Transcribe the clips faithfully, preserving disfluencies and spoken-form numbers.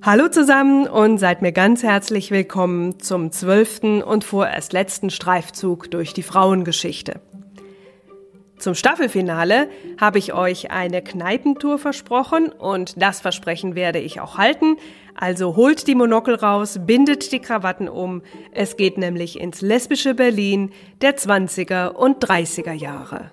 Hallo zusammen und seid mir ganz herzlich willkommen zum zwölften und vorerst letzten Streifzug durch die Frauengeschichte. Zum Staffelfinale habe ich euch eine Kneipentour versprochen und das Versprechen werde ich auch halten. Also holt die Monokel raus, bindet die Krawatten um. Es geht nämlich ins lesbische Berlin der zwanziger und dreißiger Jahre.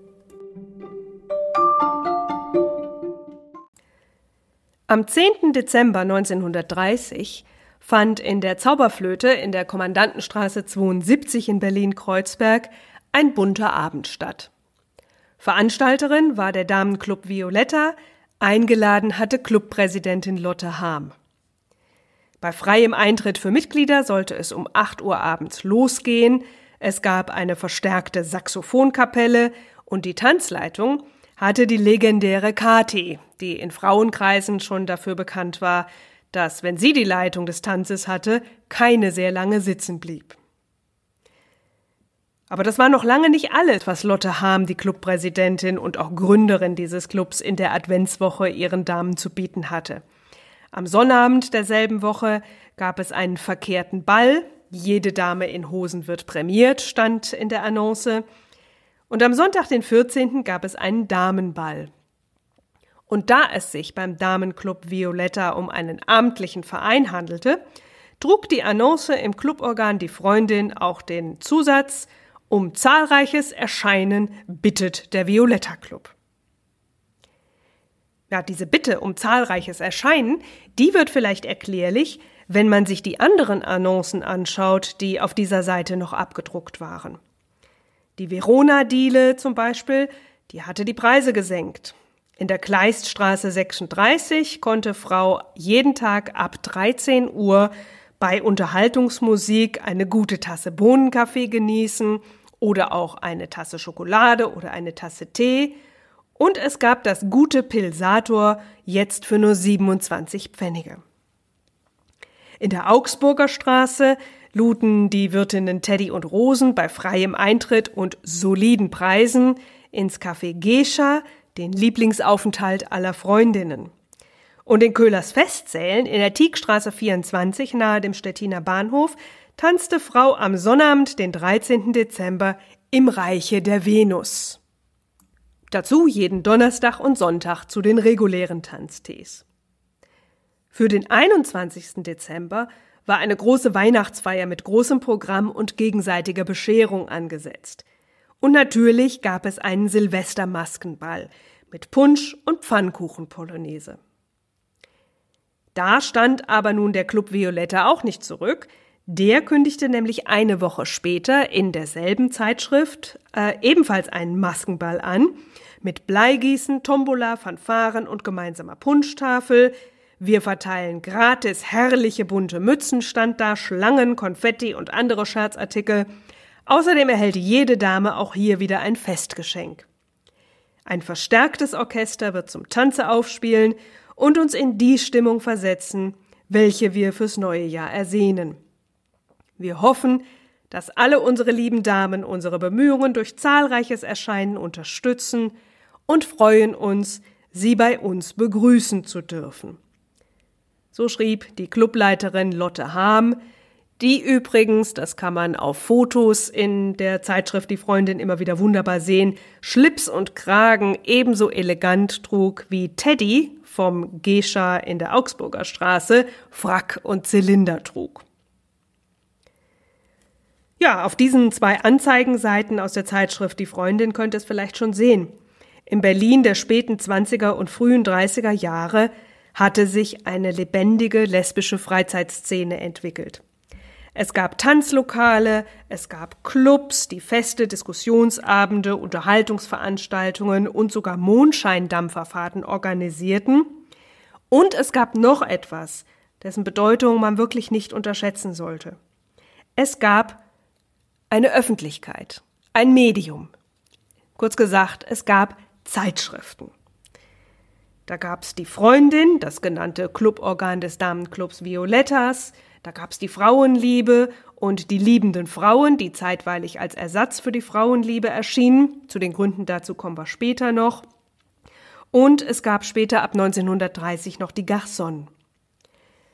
Am zehnten Dezember neunzehnhundertdreißig fand in der Zauberflöte in der Kommandantenstraße zweiundsiebzig in Berlin-Kreuzberg ein bunter Abend statt. Veranstalterin war der Damenclub Violetta, eingeladen hatte Clubpräsidentin Lotte Hahm. Bei freiem Eintritt für Mitglieder sollte es um acht Uhr abends losgehen, es gab eine verstärkte Saxophonkapelle und die Tanzleitung hatte die legendäre Kathi, die in Frauenkreisen schon dafür bekannt war, dass, wenn sie die Leitung des Tanzes hatte, keine sehr lange sitzen blieb. Aber das war noch lange nicht alles, was Lotte Hahm, die Clubpräsidentin und auch Gründerin dieses Clubs, in der Adventswoche ihren Damen zu bieten hatte. Am Sonnabend derselben Woche gab es einen verkehrten Ball. Jede Dame in Hosen wird prämiert, stand in der Annonce. Und am Sonntag, den vierzehnten gab es einen Damenball. Und da es sich beim Damenclub Violetta um einen amtlichen Verein handelte, trug die Annonce im Cluborgan Die Freundin auch den Zusatz: Um zahlreiches Erscheinen bittet der Violetta Club. Ja, diese Bitte um zahlreiches Erscheinen, die wird vielleicht erklärlich, wenn man sich die anderen Annoncen anschaut, die auf dieser Seite noch abgedruckt waren. Die Verona-Diele zum Beispiel, die hatte die Preise gesenkt. In der Kleiststraße sechsunddreißig konnte Frau jeden Tag ab dreizehn Uhr bei Unterhaltungsmusik eine gute Tasse Bohnenkaffee genießen oder auch eine Tasse Schokolade oder eine Tasse Tee. Und es gab das gute Pilsator jetzt für nur siebenundzwanzig Pfennige. In der Augsburger Straße luden die Wirtinnen Teddy und Rosen bei freiem Eintritt und soliden Preisen ins Café Gescha, den Lieblingsaufenthalt aller Freundinnen. Und in Köhlers Festsälen in der Tieckstraße vierundzwanzig nahe dem Stettiner Bahnhof tanzte Frau am Sonnabend, den dreizehnten Dezember, im Reiche der Venus. Dazu jeden Donnerstag und Sonntag zu den regulären Tanztees. Für den einundzwanzigsten Dezember war eine große Weihnachtsfeier mit großem Programm und gegenseitiger Bescherung angesetzt. Und natürlich gab es einen Silvestermaskenball mit Punsch und Pfannkuchen-Polonaise. Da stand aber nun der Club Violetta auch nicht zurück. Der kündigte nämlich eine Woche später in derselben Zeitschrift äh, ebenfalls einen Maskenball an, mit Bleigießen, Tombola, Fanfaren und gemeinsamer Punschtafel. Wir verteilen gratis herrliche bunte Mützen, stand da, Schlangen, Konfetti und andere Scherzartikel. Außerdem erhält jede Dame auch hier wieder ein Festgeschenk. Ein verstärktes Orchester wird zum Tanze aufspielen und uns in die Stimmung versetzen, welche wir fürs neue Jahr ersehnen. Wir hoffen, dass alle unsere lieben Damen unsere Bemühungen durch zahlreiches Erscheinen unterstützen und freuen uns, sie bei uns begrüßen zu dürfen. So schrieb die Clubleiterin Lotte Hahm, die übrigens, das kann man auf Fotos in der Zeitschrift Die Freundin immer wieder wunderbar sehen, Schlips und Kragen ebenso elegant trug wie Teddy vom Gescha in der Augsburger Straße Frack und Zylinder trug. Ja, auf diesen zwei Anzeigenseiten aus der Zeitschrift Die Freundin könnt ihr es vielleicht schon sehen. Im Berlin der späten zwanziger und frühen dreißiger Jahre hatte sich eine lebendige lesbische Freizeitszene entwickelt. Es gab Tanzlokale, es gab Clubs, die Feste, Diskussionsabende, Unterhaltungsveranstaltungen und sogar Mondscheindampferfahrten organisierten. Und es gab noch etwas, dessen Bedeutung man wirklich nicht unterschätzen sollte. Es gab eine Öffentlichkeit, ein Medium. Kurz gesagt, es gab Zeitschriften. Da gab es die Freundin, das genannte Cluborgan des Damenclubs Violettas, da gab es die Frauenliebe und die liebenden Frauen, die zeitweilig als Ersatz für die Frauenliebe erschienen. Zu den Gründen dazu kommen wir später noch. Und es gab später ab neunzehnhundertdreißig noch die Garçons.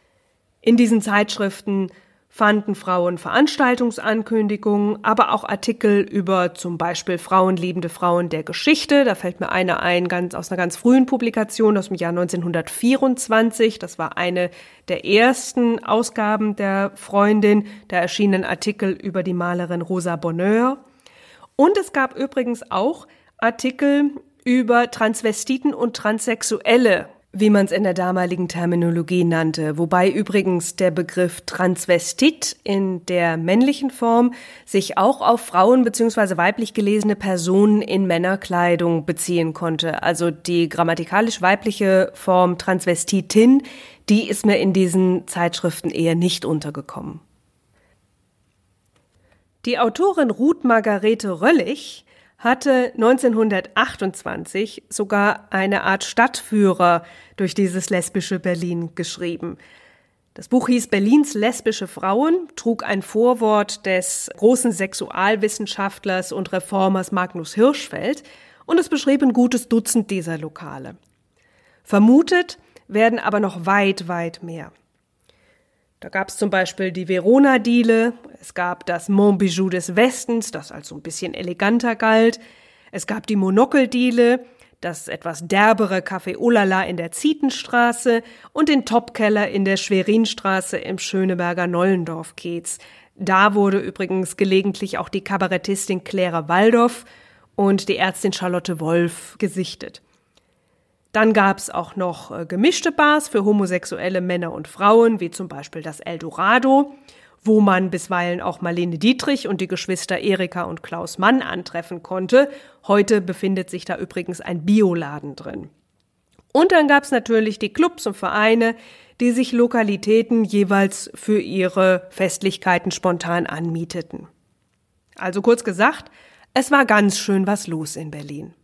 In diesen Zeitschriften fanden Frauen Veranstaltungsankündigungen, aber auch Artikel über zum Beispiel frauenliebende Frauen der Geschichte. Da fällt mir eine ein, ganz aus einer ganz frühen Publikation aus dem Jahr neunzehnhundertvierundzwanzig. Das war eine der ersten Ausgaben der Freundin. Da erschienen Artikel über die Malerin Rosa Bonheur. Und es gab übrigens auch Artikel über Transvestiten und Transsexuelle, wie man es in der damaligen Terminologie nannte, wobei übrigens der Begriff Transvestit in der männlichen Form sich auch auf Frauen bzw. weiblich gelesene Personen in Männerkleidung beziehen konnte. Also die grammatikalisch weibliche Form Transvestitin, die ist mir in diesen Zeitschriften eher nicht untergekommen. Die Autorin Ruth Margarete Röllig hatte neunzehnhundertachtundzwanzig sogar eine Art Stadtführer durch dieses lesbische Berlin geschrieben. Das Buch hieß Berlins lesbische Frauen, trug ein Vorwort des großen Sexualwissenschaftlers und Reformers Magnus Hirschfeld und es beschrieb ein gutes Dutzend dieser Lokale. Vermutet werden aber noch weit, weit mehr. Da gab es zum Beispiel die Verona-Diele, es gab das Montbijou des Westens, das als so ein bisschen eleganter galt, es gab die Monokeldiele, das etwas derbere Café Olala in der Zietenstraße und den Topkeller in der Schwerinstraße im Schöneberger Nollendorf-Kiez. Da wurde übrigens gelegentlich auch die Kabarettistin Clara Waldoff und die Ärztin Charlotte Wolf gesichtet. Dann gab es auch noch äh, gemischte Bars für homosexuelle Männer und Frauen, wie zum Beispiel das Eldorado, wo man bisweilen auch Marlene Dietrich und die Geschwister Erika und Klaus Mann antreffen konnte. Heute befindet sich da übrigens ein Bioladen drin. Und dann gab es natürlich die Clubs und Vereine, die sich Lokalitäten jeweils für ihre Festlichkeiten spontan anmieteten. Also kurz gesagt, es war ganz schön was los in Berlin.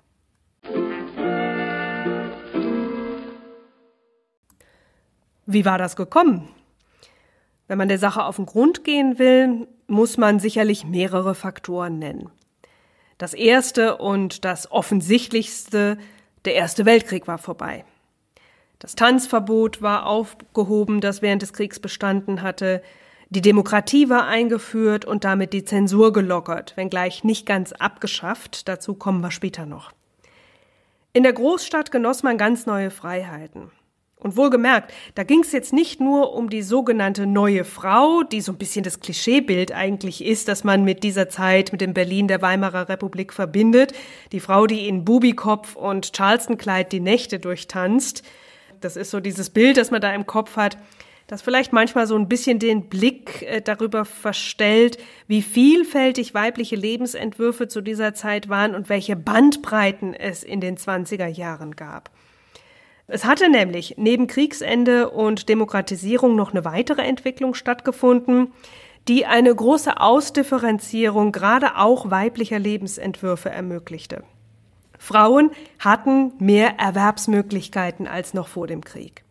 Wie war das gekommen? Wenn man der Sache auf den Grund gehen will, muss man sicherlich mehrere Faktoren nennen. Das erste und das offensichtlichste, der Erste Weltkrieg war vorbei. Das Tanzverbot war aufgehoben, das während des Kriegs bestanden hatte. Die Demokratie war eingeführt und damit die Zensur gelockert, wenngleich nicht ganz abgeschafft, dazu kommen wir später noch. In der Großstadt genoss man ganz neue Freiheiten. Und wohlgemerkt, da ging es jetzt nicht nur um die sogenannte neue Frau, die so ein bisschen das Klischeebild eigentlich ist, das man mit dieser Zeit, mit dem Berlin der Weimarer Republik verbindet. Die Frau, die in Bubikopf und Charleston-Kleid die Nächte durchtanzt. Das ist so dieses Bild, das man da im Kopf hat, das vielleicht manchmal so ein bisschen den Blick äh, darüber verstellt, wie vielfältig weibliche Lebensentwürfe zu dieser Zeit waren und welche Bandbreiten es in den zwanziger Jahren gab. Es hatte nämlich neben Kriegsende und Demokratisierung noch eine weitere Entwicklung stattgefunden, die eine große Ausdifferenzierung gerade auch weiblicher Lebensentwürfe ermöglichte. Frauen hatten mehr Erwerbsmöglichkeiten als noch vor dem Krieg.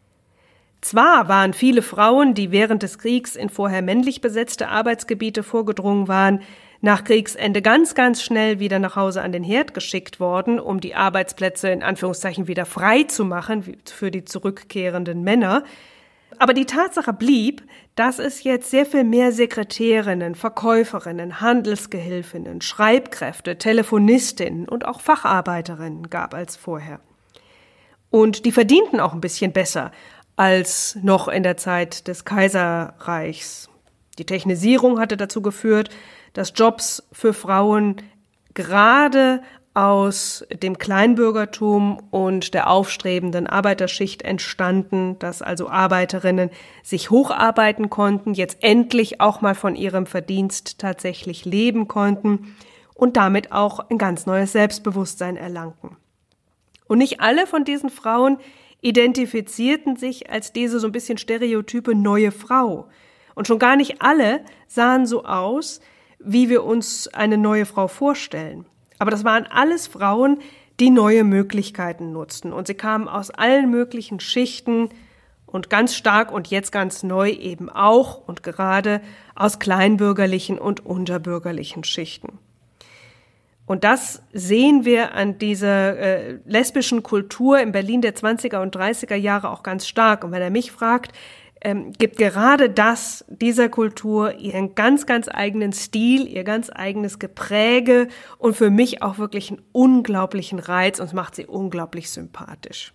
Zwar waren viele Frauen, die während des Kriegs in vorher männlich besetzte Arbeitsgebiete vorgedrungen waren, nach Kriegsende ganz, ganz schnell wieder nach Hause an den Herd geschickt worden, um die Arbeitsplätze in Anführungszeichen wieder frei zu machen für die zurückkehrenden Männer. Aber die Tatsache blieb, dass es jetzt sehr viel mehr Sekretärinnen, Verkäuferinnen, Handelsgehilfinnen, Schreibkräfte, Telefonistinnen und auch Facharbeiterinnen gab als vorher. Und die verdienten auch ein bisschen besser als noch in der Zeit des Kaiserreichs. Die Technisierung hatte dazu geführt, dass Jobs für Frauen gerade aus dem Kleinbürgertum und der aufstrebenden Arbeiterschicht entstanden, dass also Arbeiterinnen sich hocharbeiten konnten, jetzt endlich auch mal von ihrem Verdienst tatsächlich leben konnten und damit auch ein ganz neues Selbstbewusstsein erlangten. Und nicht alle von diesen Frauen identifizierten sich als diese so ein bisschen stereotype neue Frau. Und schon gar nicht alle sahen so aus, wie wir uns eine neue Frau vorstellen. Aber das waren alles Frauen, die neue Möglichkeiten nutzten. Und sie kamen aus allen möglichen Schichten und ganz stark und jetzt ganz neu eben auch und gerade aus kleinbürgerlichen und unterbürgerlichen Schichten. Und das sehen wir an dieser äh, lesbischen Kultur in Berlin der zwanziger und dreißiger Jahre auch ganz stark. Und wenn er mich fragt, ähm, gibt gerade das dieser Kultur ihren ganz, ganz eigenen Stil, ihr ganz eigenes Gepräge und für mich auch wirklich einen unglaublichen Reiz und es macht sie unglaublich sympathisch.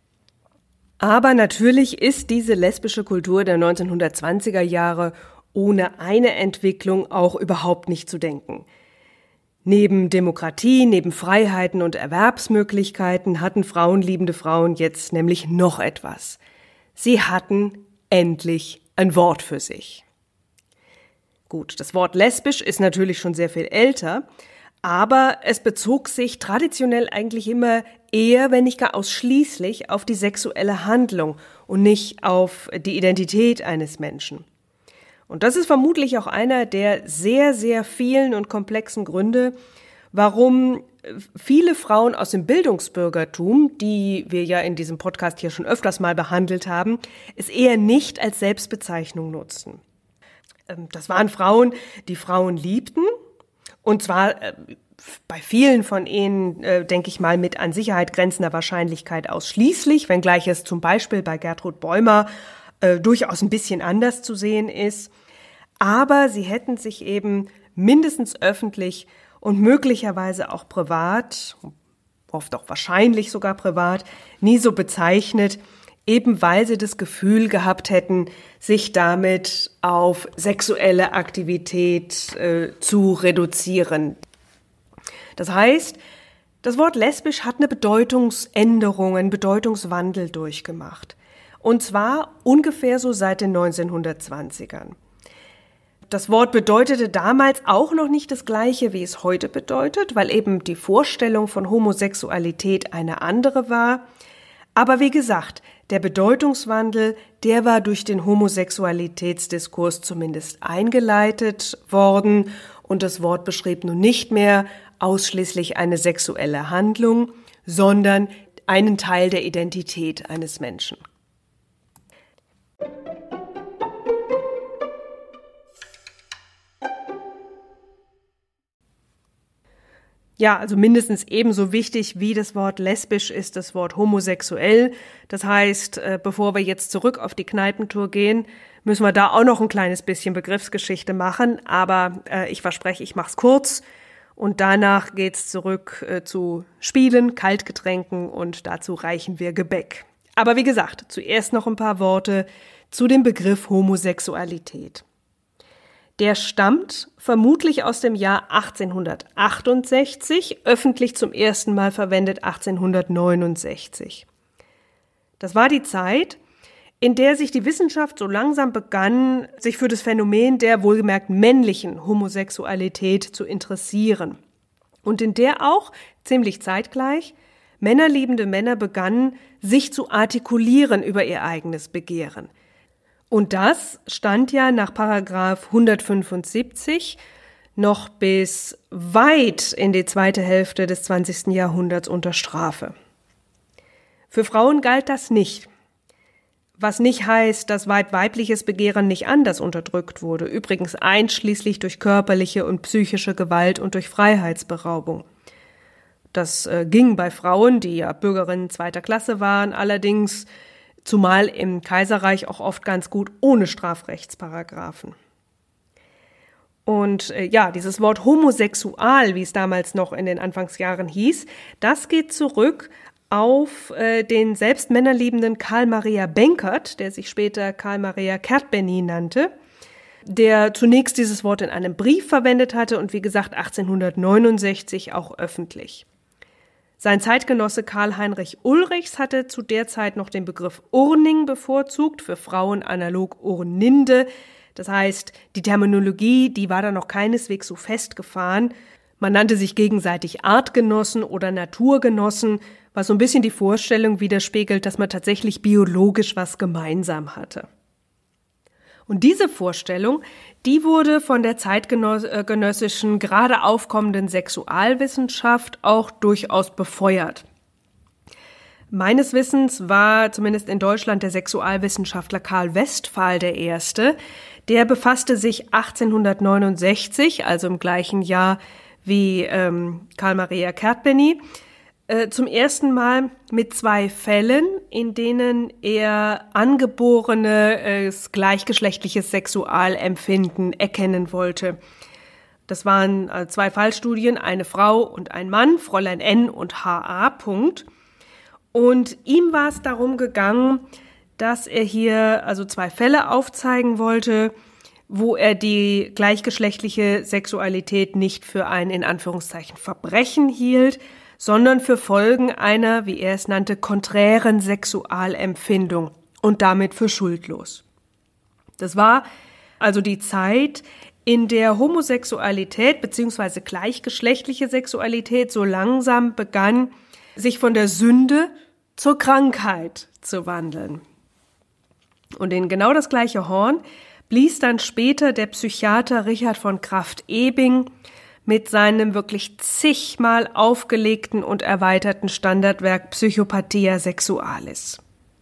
Aber natürlich ist diese lesbische Kultur der neunzehnhundertzwanziger Jahre ohne eine Entwicklung auch überhaupt nicht zu denken. Neben Demokratie, neben Freiheiten und Erwerbsmöglichkeiten hatten frauenliebende Frauen jetzt nämlich noch etwas. Sie hatten endlich ein Wort für sich. Gut, das Wort lesbisch ist natürlich schon sehr viel älter, aber es bezog sich traditionell eigentlich immer eher, wenn nicht gar ausschließlich, auf die sexuelle Handlung und nicht auf die Identität eines Menschen. Und das ist vermutlich auch einer der sehr, sehr vielen und komplexen Gründe, warum viele Frauen aus dem Bildungsbürgertum, die wir ja in diesem Podcast hier schon öfters mal behandelt haben, es eher nicht als Selbstbezeichnung nutzten. Das waren Frauen, die Frauen liebten, und zwar bei vielen von ihnen, denke ich mal, mit an Sicherheit grenzender Wahrscheinlichkeit ausschließlich, wenngleich es zum Beispiel bei Gertrud Bäumer äh, durchaus ein bisschen anders zu sehen ist. Aber sie hätten sich eben mindestens öffentlich und möglicherweise auch privat, oft auch wahrscheinlich sogar privat, nie so bezeichnet, eben weil sie das Gefühl gehabt hätten, sich damit auf sexuelle Aktivität äh, zu reduzieren. Das heißt, das Wort lesbisch hat eine Bedeutungsänderung, einen Bedeutungswandel durchgemacht. Und zwar ungefähr so seit den neunzehnhundertzwanzigern. Das Wort bedeutete damals auch noch nicht das Gleiche, wie es heute bedeutet, weil eben die Vorstellung von Homosexualität eine andere war. Aber wie gesagt, der Bedeutungswandel, der war durch den Homosexualitätsdiskurs zumindest eingeleitet worden und das Wort beschrieb nun nicht mehr ausschließlich eine sexuelle Handlung, sondern einen Teil der Identität eines Menschen. Ja, also mindestens ebenso wichtig wie das Wort lesbisch ist das Wort homosexuell. Das heißt, bevor wir jetzt zurück auf die Kneipentour gehen, müssen wir da auch noch ein kleines bisschen Begriffsgeschichte machen. Aber äh, ich verspreche, ich mache es kurz. Und danach geht's zurück äh, zu Spielen, Kaltgetränken und dazu reichen wir Gebäck. Aber wie gesagt, zuerst noch ein paar Worte zu dem Begriff Homosexualität. Der stammt vermutlich aus dem Jahr achtzehnhundertachtundsechzig, öffentlich zum ersten Mal verwendet achtzehnhundertneunundsechzig. Das war die Zeit, in der sich die Wissenschaft so langsam begann, sich für das Phänomen der wohlgemerkt männlichen Homosexualität zu interessieren. Und in der auch, ziemlich zeitgleich, männerliebende Männer begannen, sich zu artikulieren über ihr eigenes Begehren. Und das stand ja nach Paragraph hundertfünfundsiebzig noch bis weit in die zweite Hälfte des zwanzigsten Jahrhunderts unter Strafe. Für Frauen galt das nicht. Was nicht heißt, dass weibliches Begehren nicht anders unterdrückt wurde, übrigens einschließlich durch körperliche und psychische Gewalt und durch Freiheitsberaubung. Das äh, ging bei Frauen, die ja Bürgerinnen zweiter Klasse waren, allerdings zumal im Kaiserreich auch oft ganz gut ohne Strafrechtsparagraphen. Und äh, ja, dieses Wort homosexual, wie es damals noch in den Anfangsjahren hieß, das geht zurück auf äh, den selbst männerliebenden Karl Maria Benkert, der sich später Karl Maria Kertbeny nannte, der zunächst dieses Wort in einem Brief verwendet hatte und wie gesagt achtzehnhundertneunundsechzig auch öffentlich. Sein Zeitgenosse Karl Heinrich Ulrichs hatte zu der Zeit noch den Begriff Urning bevorzugt, für Frauen analog Urninde. Das heißt, die Terminologie, die war da noch keineswegs so festgefahren. Man nannte sich gegenseitig Artgenossen oder Naturgenossen, was so ein bisschen die Vorstellung widerspiegelt, dass man tatsächlich biologisch was gemeinsam hatte. Und diese Vorstellung, die wurde von der zeitgenössischen, gerade aufkommenden Sexualwissenschaft auch durchaus befeuert. Meines Wissens war zumindest in Deutschland der Sexualwissenschaftler Karl Westphal der Erste. Der befasste sich achtzehnhundertneunundsechzig, also im gleichen Jahr wie ähm, Karl Maria Kertbeny, äh, zum ersten Mal mit zwei Fällen in denen er angeborenes gleichgeschlechtliches Sexualempfinden erkennen wollte. Das waren zwei Fallstudien, eine Frau und ein Mann, Fräulein N und H A. Punkt. Und ihm war es darum gegangen, dass er hier also zwei Fälle aufzeigen wollte, wo er die gleichgeschlechtliche Sexualität nicht für ein in Anführungszeichen Verbrechen hielt, sondern für Folgen einer, wie er es nannte, konträren Sexualempfindung und damit für schuldlos. Das war also die Zeit, in der Homosexualität bzw. gleichgeschlechtliche Sexualität so langsam begann, sich von der Sünde zur Krankheit zu wandeln. Und in genau das gleiche Horn blies dann später der Psychiater Richard von Krafft-Ebing mit seinem wirklich zigmal aufgelegten und erweiterten Standardwerk Psychopathia Sexualis.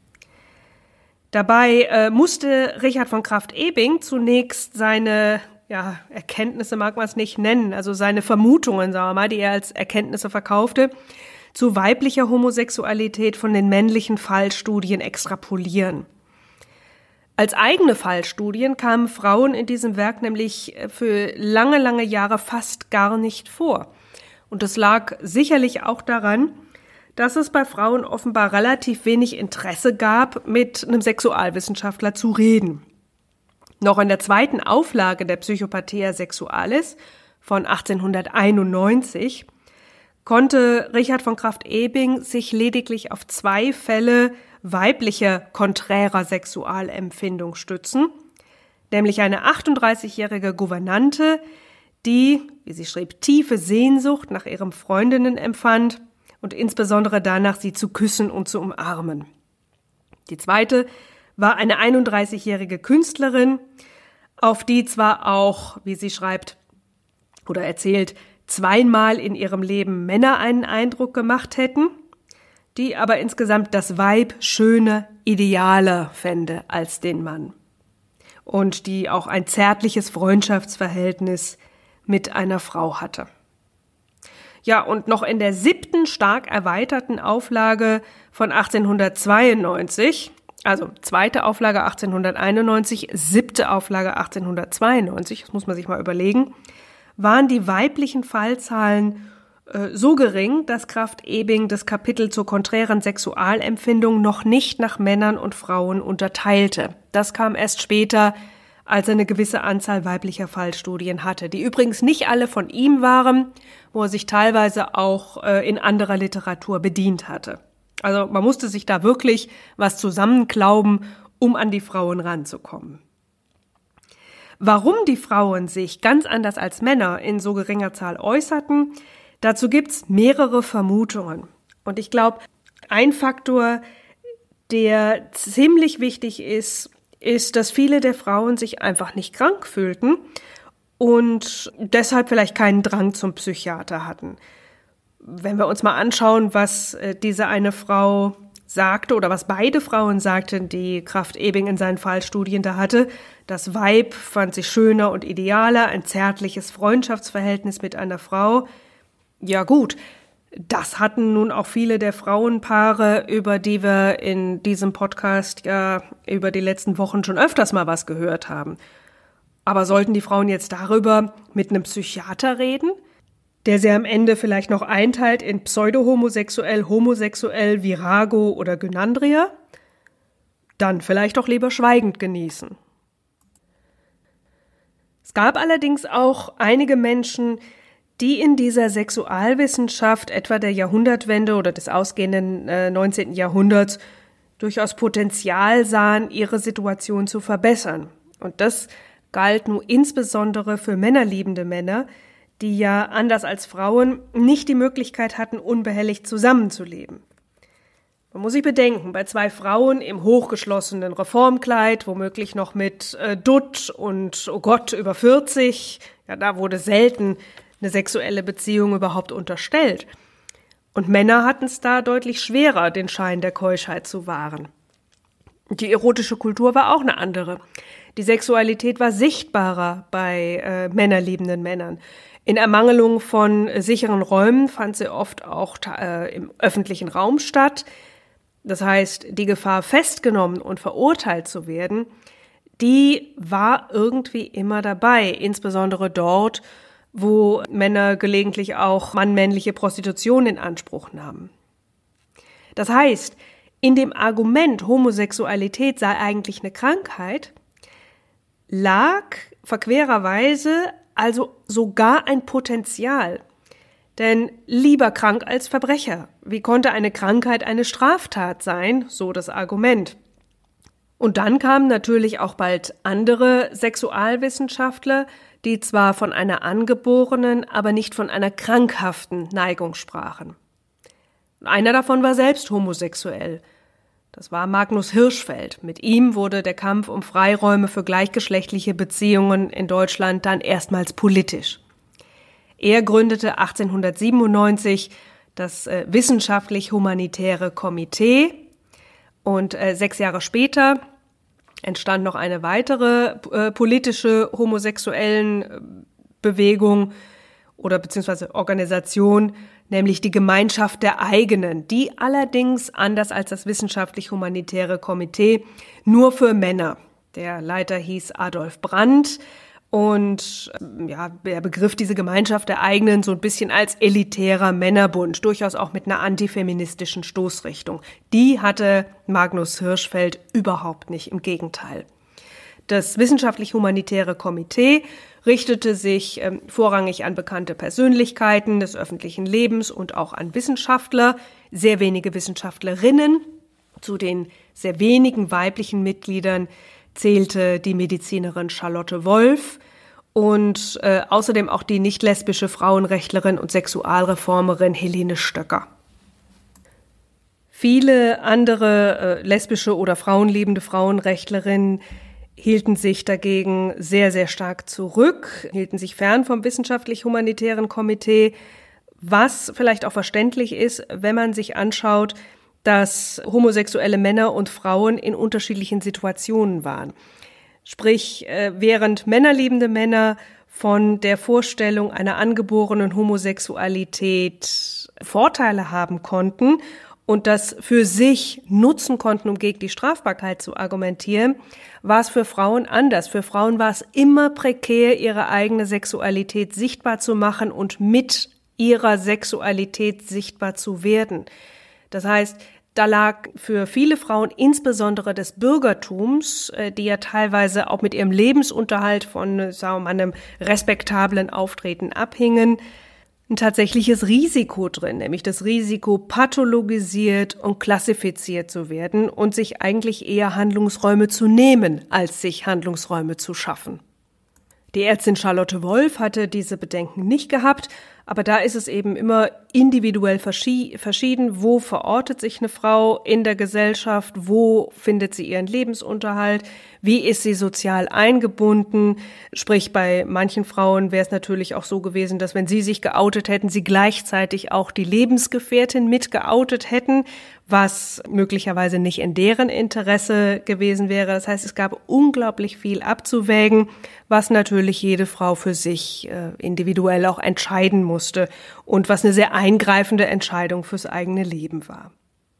Dabei äh, musste Richard von Krafft-Ebing zunächst seine ja, Erkenntnisse, mag man es nicht nennen, also seine Vermutungen, sagen wir mal, die er als Erkenntnisse verkaufte, zu weiblicher Homosexualität von den männlichen Fallstudien extrapolieren. Als eigene Fallstudien kamen Frauen in diesem Werk nämlich für lange, lange Jahre fast gar nicht vor. Und das lag sicherlich auch daran, dass es bei Frauen offenbar relativ wenig Interesse gab, mit einem Sexualwissenschaftler zu reden. Noch in der zweiten Auflage der Psychopathia Sexualis von achtzehnhunderteinundneunzig konnte Richard von Krafft-Ebing sich lediglich auf zwei Fälle weiblicher konträrer Sexualempfindung stützen, nämlich eine achtunddreißigjährige Gouvernante, die, wie sie schrieb, tiefe Sehnsucht nach ihren Freundinnen empfand und insbesondere danach, sie zu küssen und zu umarmen. Die zweite war eine einunddreißigjährige Künstlerin, auf die zwar auch, wie sie schreibt oder erzählt, zweimal in ihrem Leben Männer einen Eindruck gemacht hätten, die aber insgesamt das Weib schöner, idealer fände als den Mann. Und die auch ein zärtliches Freundschaftsverhältnis mit einer Frau hatte. Ja, und noch in der siebten stark erweiterten Auflage von achtzehnhundertzweiundneunzig, also zweite Auflage achtzehnhunderteinundneunzig, siebte Auflage achtzehnhundertzweiundneunzig, das muss man sich mal überlegen, waren die weiblichen Fallzahlen äh, so gering, dass Krafft-Ebing das Kapitel zur konträren Sexualempfindung noch nicht nach Männern und Frauen unterteilte. Das kam erst später, als er eine gewisse Anzahl weiblicher Fallstudien hatte, die übrigens nicht alle von ihm waren, wo er sich teilweise auch äh, in anderer Literatur bedient hatte. Also man musste sich da wirklich was zusammenklauben, um an die Frauen ranzukommen. Warum die Frauen sich ganz anders als Männer in so geringer Zahl äußerten, dazu gibt's mehrere Vermutungen. Und ich glaube, ein Faktor, der ziemlich wichtig ist, ist, dass viele der Frauen sich einfach nicht krank fühlten und deshalb vielleicht keinen Drang zum Psychiater hatten. Wenn wir uns mal anschauen, was diese eine Frau sagte oder was beide Frauen sagten, die Krafft-Ebing in seinen Fallstudien da hatte, das Weib fand sich schöner und idealer, ein zärtliches Freundschaftsverhältnis mit einer Frau. Ja gut, das hatten nun auch viele der Frauenpaare, über die wir in diesem Podcast ja über die letzten Wochen schon öfters mal was gehört haben. Aber sollten die Frauen jetzt darüber mit einem Psychiater reden, der sie am Ende vielleicht noch einteilt in pseudo-homosexuell, homosexuell, Virago oder Gynandria? Dann vielleicht doch lieber schweigend genießen. Es gab allerdings auch einige Menschen, die in dieser Sexualwissenschaft etwa der Jahrhundertwende oder des ausgehenden äh, neunzehnten Jahrhunderts durchaus Potenzial sahen, ihre Situation zu verbessern. Und das galt nun insbesondere für männerliebende Männer, die ja anders als Frauen nicht die Möglichkeit hatten, unbehelligt zusammenzuleben. Man muss sich bedenken, bei zwei Frauen im hochgeschlossenen Reformkleid, womöglich noch mit äh, Dutt und, oh Gott, über vierzig, ja, da wurde selten eine sexuelle Beziehung überhaupt unterstellt. Und Männer hatten es da deutlich schwerer, den Schein der Keuschheit zu wahren. Die erotische Kultur war auch eine andere. Die Sexualität war sichtbarer bei äh, männerliebenden Männern. In Ermangelung von sicheren Räumen fand sie oft auch äh, im öffentlichen Raum statt. das heißt die Gefahr, festgenommen und verurteilt zu werden, die war irgendwie immer dabei, insbesondere dort, wo Männer gelegentlich auch mannmännliche Prostitution in Anspruch nahmen. Das heißt, in dem Argument, Homosexualität sei eigentlich eine Krankheit, lag verquererweise also sogar ein Potenzial. Denn lieber krank als Verbrecher. Wie konnte eine Krankheit eine Straftat sein? So das Argument. Und dann kamen natürlich auch bald andere Sexualwissenschaftler, die zwar von einer angeborenen, aber nicht von einer krankhaften Neigung sprachen. Einer davon war selbst homosexuell. Das war Magnus Hirschfeld. Mit ihm wurde der Kampf um Freiräume für gleichgeschlechtliche Beziehungen in Deutschland dann erstmals politisch. Er gründete achtzehnhundertsiebenundneunzig das äh, Wissenschaftlich-Humanitäre Komitee und äh, sechs Jahre später entstand noch eine weitere äh, politische homosexuellen äh, Bewegung oder beziehungsweise Organisation, nämlich die Gemeinschaft der Eigenen, die allerdings, anders als das Wissenschaftlich-Humanitäre Komitee, nur für Männer. Der Leiter hieß Adolf Brandt und ja, er begriff diese Gemeinschaft der Eigenen so ein bisschen als elitärer Männerbund, durchaus auch mit einer antifeministischen Stoßrichtung. Die hatte Magnus Hirschfeld überhaupt nicht, im Gegenteil. Das Wissenschaftlich-Humanitäre Komitee richtete sich ähm, vorrangig an bekannte Persönlichkeiten des öffentlichen Lebens und auch an Wissenschaftler, sehr wenige Wissenschaftlerinnen. Zu den sehr wenigen weiblichen Mitgliedern zählte die Medizinerin Charlotte Wolff und äh, außerdem auch die nicht lesbische Frauenrechtlerin und Sexualreformerin Helene Stöcker. Viele andere äh, lesbische oder frauenliebende Frauenrechtlerinnen hielten sich dagegen sehr, sehr stark zurück, hielten sich fern vom wissenschaftlich-humanitären Komitee, was vielleicht auch verständlich ist, wenn man sich anschaut, dass homosexuelle Männer und Frauen in unterschiedlichen Situationen waren. Sprich, während männerliebende Männer von der Vorstellung einer angeborenen Homosexualität Vorteile haben konnten und das für sich nutzen konnten, um gegen die Strafbarkeit zu argumentieren, war es für Frauen anders. Für Frauen war es immer prekär, ihre eigene Sexualität sichtbar zu machen und mit ihrer Sexualität sichtbar zu werden. Das heißt, da lag für viele Frauen, insbesondere des Bürgertums, die ja teilweise auch mit ihrem Lebensunterhalt von, sagen wir mal, einem respektablen Auftreten abhingen, ein tatsächliches Risiko drin, nämlich das Risiko, pathologisiert und klassifiziert zu werden und sich eigentlich eher Handlungsräume zu nehmen, als sich Handlungsräume zu schaffen. Die Ärztin Charlotte Wolff hatte diese Bedenken nicht gehabt, aber da ist es eben immer individuell verschieden, wo verortet sich eine Frau in der Gesellschaft, wo findet sie ihren Lebensunterhalt, wie ist sie sozial eingebunden. Sprich, bei manchen Frauen wäre es natürlich auch so gewesen, dass wenn sie sich geoutet hätten, sie gleichzeitig auch die Lebensgefährtin mit geoutet hätten, was möglicherweise nicht in deren Interesse gewesen wäre. Das heißt, es gab unglaublich viel abzuwägen, was natürlich jede Frau für sich äh, individuell auch entscheiden musste und was eine sehr eingreifende Entscheidung fürs eigene Leben war.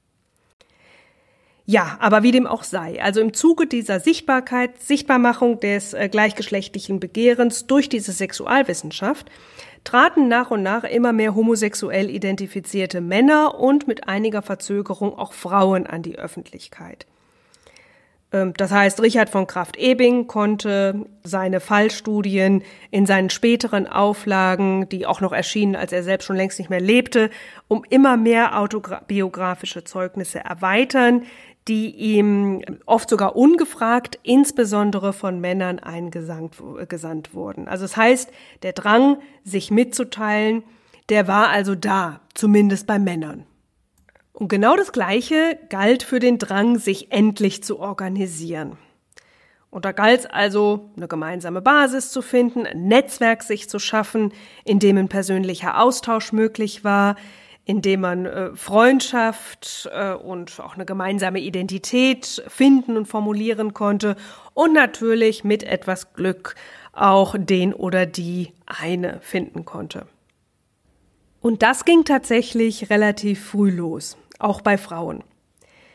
Ja, aber wie dem auch sei, also im Zuge dieser Sichtbarkeit, Sichtbarmachung des äh, gleichgeschlechtlichen Begehrens durch diese Sexualwissenschaft traten nach und nach immer mehr homosexuell identifizierte Männer und mit einiger Verzögerung auch Frauen an die Öffentlichkeit. Ähm, das heißt, Richard von Krafft-Ebing konnte seine Fallstudien in seinen späteren Auflagen, die auch noch erschienen, als er selbst schon längst nicht mehr lebte, um immer mehr autobiografische Zeugnisse erweitern, die ihm oft sogar ungefragt, insbesondere von Männern eingesandt gesandt wurden. Also das heißt, der Drang, sich mitzuteilen, der war also da, zumindest bei Männern. Und genau das Gleiche galt für den Drang, sich endlich zu organisieren. Und da galt es also, eine gemeinsame Basis zu finden, ein Netzwerk sich zu schaffen, in dem ein persönlicher Austausch möglich war, in dem man äh, Freundschaft äh, und auch eine gemeinsame Identität finden und formulieren konnte und natürlich mit etwas Glück auch den oder die eine finden konnte. Und das ging tatsächlich relativ früh los, auch bei Frauen.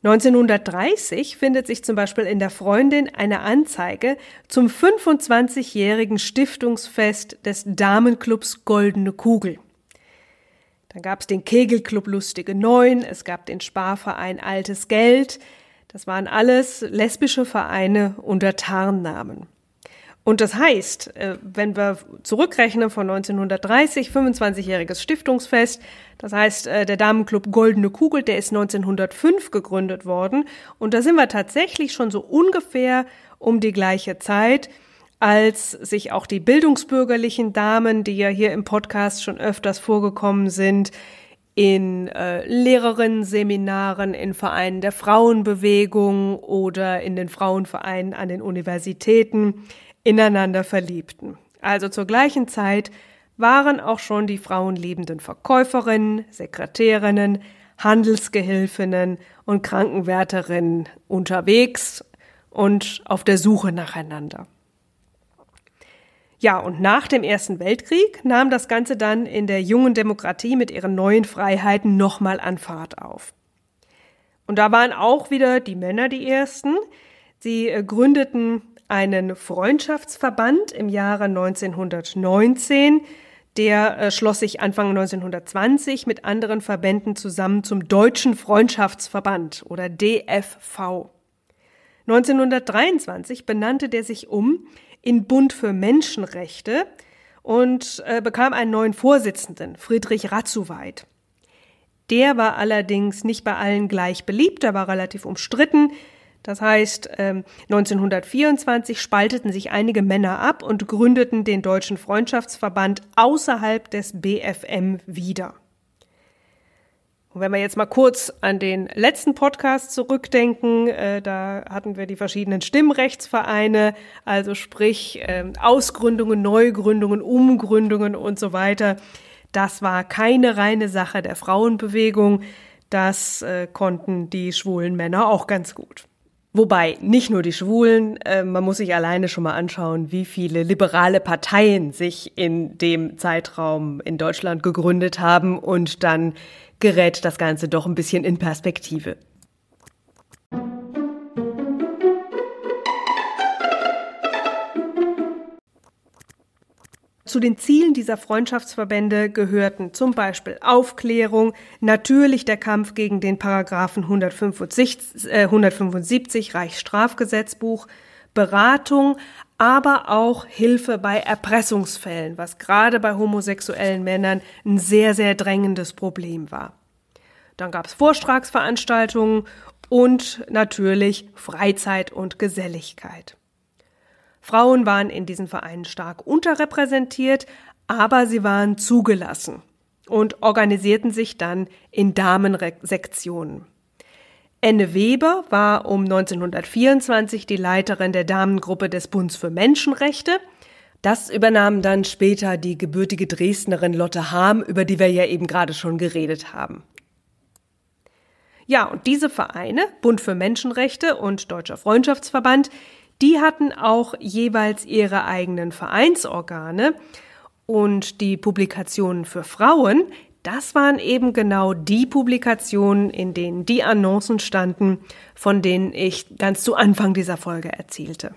neunzehnhundertdreißig findet sich zum Beispiel in der Freundin eine Anzeige zum fünfundzwanzigjährigen Stiftungsfest des Damenclubs Goldene Kugel. Dann gab es den Kegelclub Lustige Neun, es gab den Sparverein Altes Geld. Das waren alles lesbische Vereine unter Tarnnamen. Und das heißt, wenn wir zurückrechnen von neunzehnhundertdreißig, fünfundzwanzigjähriges Stiftungsfest, das heißt, der Damenclub Goldene Kugel, der ist neunzehnhundertfünf gegründet worden. Und da sind wir tatsächlich schon so ungefähr um die gleiche Zeit, als sich auch die bildungsbürgerlichen Damen, die ja hier im Podcast schon öfters vorgekommen sind, in äh, Lehrerinnen-Seminaren, in Vereinen der Frauenbewegung oder in den Frauenvereinen an den Universitäten ineinander verliebten. Also zur gleichen Zeit waren auch schon die frauenliebenden Verkäuferinnen, Sekretärinnen, Handelsgehilfinnen und Krankenwärterinnen unterwegs und auf der Suche nacheinander. Ja, und nach dem Ersten Weltkrieg nahm das Ganze dann in der jungen Demokratie mit ihren neuen Freiheiten nochmal an Fahrt auf. Und da waren auch wieder die Männer die Ersten. Sie äh, gründeten einen Freundschaftsverband im Jahre neunzehnhundertneunzehn. Der äh, schloss sich Anfang neunzehnhundertzwanzig mit anderen Verbänden zusammen zum Deutschen Freundschaftsverband oder D F V. neunzehnhundertdreiundzwanzig benannte der sich um in Bund für Menschenrechte und äh, bekam einen neuen Vorsitzenden, Friedrich Ratzuweit. Der war allerdings nicht bei allen gleich beliebt, er war relativ umstritten. Das heißt, ähm, neunzehnhundertvierundzwanzig spalteten sich einige Männer ab und gründeten den Deutschen Freundschaftsverband außerhalb des B F M wieder. Und wenn wir jetzt mal kurz an den letzten Podcast zurückdenken, äh, da hatten wir die verschiedenen Stimmrechtsvereine, also sprich äh, Ausgründungen, Neugründungen, Umgründungen und so weiter. Das war keine reine Sache der Frauenbewegung, das äh, konnten die schwulen Männer auch ganz gut. Wobei, nicht nur die Schwulen, äh, man muss sich alleine schon mal anschauen, wie viele liberale Parteien sich in dem Zeitraum in Deutschland gegründet haben und dann gerät das Ganze doch ein bisschen in Perspektive. Zu den Zielen dieser Freundschaftsverbände gehörten zum Beispiel Aufklärung, natürlich der Kampf gegen den Paragraphen hundertfünfundsiebzig, äh, hundertfünfundsiebzig Reichsstrafgesetzbuch, Beratung, aber auch Hilfe bei Erpressungsfällen, was gerade bei homosexuellen Männern ein sehr, sehr drängendes Problem war. Dann gab es Vortragsveranstaltungen und natürlich Freizeit und Geselligkeit. Frauen waren in diesen Vereinen stark unterrepräsentiert, aber sie waren zugelassen und organisierten sich dann in Damensektionen. Enne Weber war um neunzehnhundertvierundzwanzig die Leiterin der Damengruppe des Bunds für Menschenrechte. Das übernahm dann später die gebürtige Dresdnerin Lotte Harm, über die wir ja eben gerade schon geredet haben. Ja, und diese Vereine, Bund für Menschenrechte und Deutscher Freundschaftsverband, die hatten auch jeweils ihre eigenen Vereinsorgane und die Publikationen für Frauen, das waren eben genau die Publikationen, in denen die Annoncen standen, von denen ich ganz zu Anfang dieser Folge erzählte.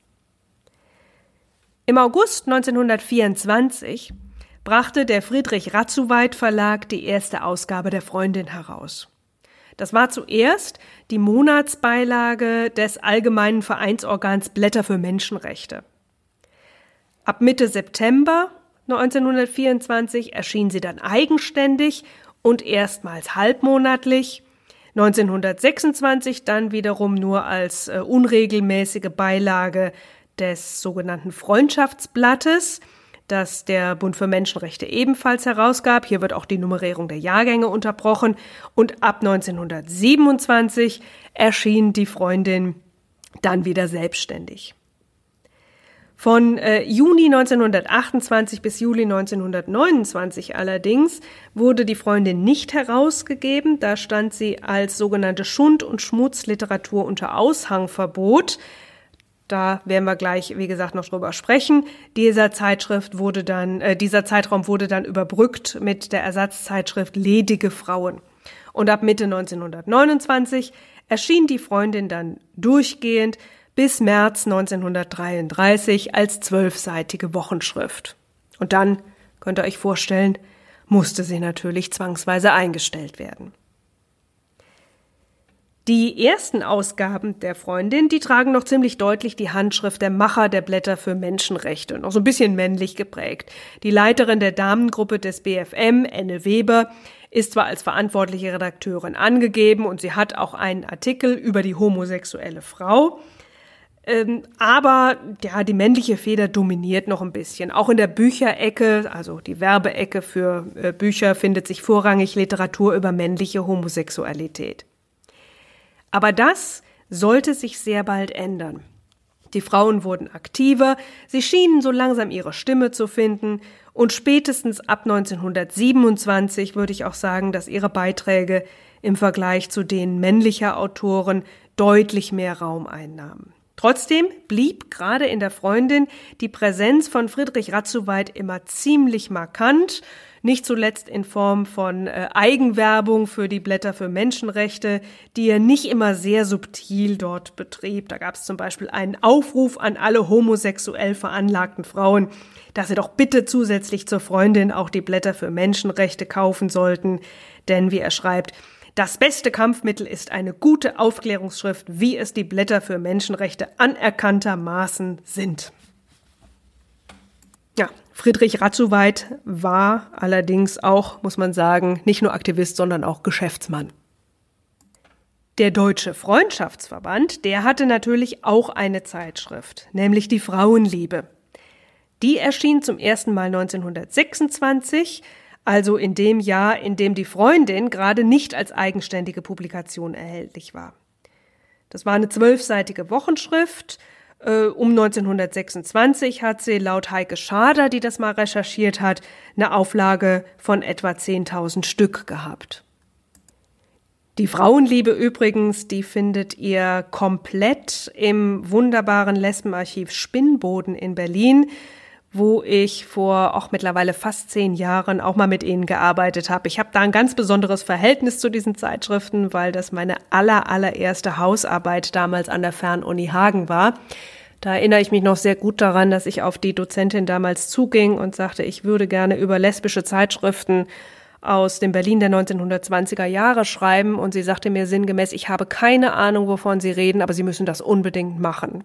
Im August neunzehnhundertvierundzwanzig brachte der Friedrich Ratzuweit Verlag die erste Ausgabe der Freundin heraus. Das war zuerst die Monatsbeilage des Allgemeinen Vereinsorgans Blätter für Menschenrechte. Ab Mitte September neunzehnhundertvierundzwanzig erschien sie dann eigenständig und erstmals halbmonatlich, neunzehnhundertsechsundzwanzig dann wiederum nur als äh, unregelmäßige Beilage des sogenannten Freundschaftsblattes, das der Bund für Menschenrechte ebenfalls herausgab. Hier wird auch die Nummerierung der Jahrgänge unterbrochen. Und ab neunzehnhundertsiebenundzwanzig erschien die Freundin dann wieder selbstständig. Von äh, Juni neunzehnhundertachtundzwanzig bis Juli neunzehnhundertneunundzwanzig allerdings wurde die Freundin nicht herausgegeben. Da stand sie als sogenannte Schund- und Schmutzliteratur unter Aushangverbot. Da werden wir gleich, wie gesagt, noch drüber sprechen. Dieser Zeitschrift wurde dann, äh, dieser Zeitraum wurde dann überbrückt mit der Ersatzzeitschrift Ledige Frauen. Und ab Mitte neunzehnhundertneunundzwanzig erschien die Freundin dann durchgehend bis März neunzehnhundertdreiunddreißig als zwölfseitige Wochenschrift. Und dann, könnt ihr euch vorstellen, musste sie natürlich zwangsweise eingestellt werden. Die ersten Ausgaben der Freundin, die tragen noch ziemlich deutlich die Handschrift der Macher der Blätter für Menschenrechte, noch so ein bisschen männlich geprägt. Die Leiterin der Damengruppe des B F M, Enne Weber, ist zwar als verantwortliche Redakteurin angegeben und sie hat auch einen Artikel über die homosexuelle Frau, ähm, aber ja, die männliche Feder dominiert noch ein bisschen. Auch in der Bücherecke, also die Werbeecke für äh, Bücher, findet sich vorrangig Literatur über männliche Homosexualität. Aber das sollte sich sehr bald ändern. Die Frauen wurden aktiver, sie schienen so langsam ihre Stimme zu finden und spätestens ab neunzehnhundertsiebenundzwanzig würde ich auch sagen, dass ihre Beiträge im Vergleich zu denen männlicher Autoren deutlich mehr Raum einnahmen. Trotzdem blieb gerade in der Freundin die Präsenz von Friedrich Radszuweit immer ziemlich markant, nicht zuletzt in Form von äh, Eigenwerbung für die Blätter für Menschenrechte, die er nicht immer sehr subtil dort betrieb. Da gab es zum Beispiel einen Aufruf an alle homosexuell veranlagten Frauen, dass sie doch bitte zusätzlich zur Freundin auch die Blätter für Menschenrechte kaufen sollten, denn wie er schreibt, das beste Kampfmittel ist eine gute Aufklärungsschrift, wie es die Blätter für Menschenrechte anerkanntermaßen sind. Ja, Friedrich Radszuweit war allerdings auch, muss man sagen, nicht nur Aktivist, sondern auch Geschäftsmann. Der Deutsche Freundschaftsverband, der hatte natürlich auch eine Zeitschrift, nämlich die Frauenliebe. Die erschien zum ersten Mal neunzehnhundertsechsundzwanzig, also in dem Jahr, in dem die Freundin gerade nicht als eigenständige Publikation erhältlich war. Das war eine zwölfseitige Wochenschrift. Äh, um neunzehnhundertsechsundzwanzig hat sie laut Heike Schader, die das mal recherchiert hat, eine Auflage von etwa zehntausend Stück gehabt. Die Frauenliebe übrigens, die findet ihr komplett im wunderbaren Lesbenarchiv Spinnboden in Berlin, wo ich vor auch mittlerweile fast zehn Jahren auch mal mit ihnen gearbeitet habe. Ich habe da ein ganz besonderes Verhältnis zu diesen Zeitschriften, weil das meine aller, allererste Hausarbeit damals an der Fernuni Hagen war. Da erinnere ich mich noch sehr gut daran, dass ich auf die Dozentin damals zuging und sagte, ich würde gerne über lesbische Zeitschriften aus dem Berlin der neunzehnhundertzwanziger Jahre schreiben. Und sie sagte mir sinngemäß, ich habe keine Ahnung, wovon Sie reden, aber Sie müssen das unbedingt machen.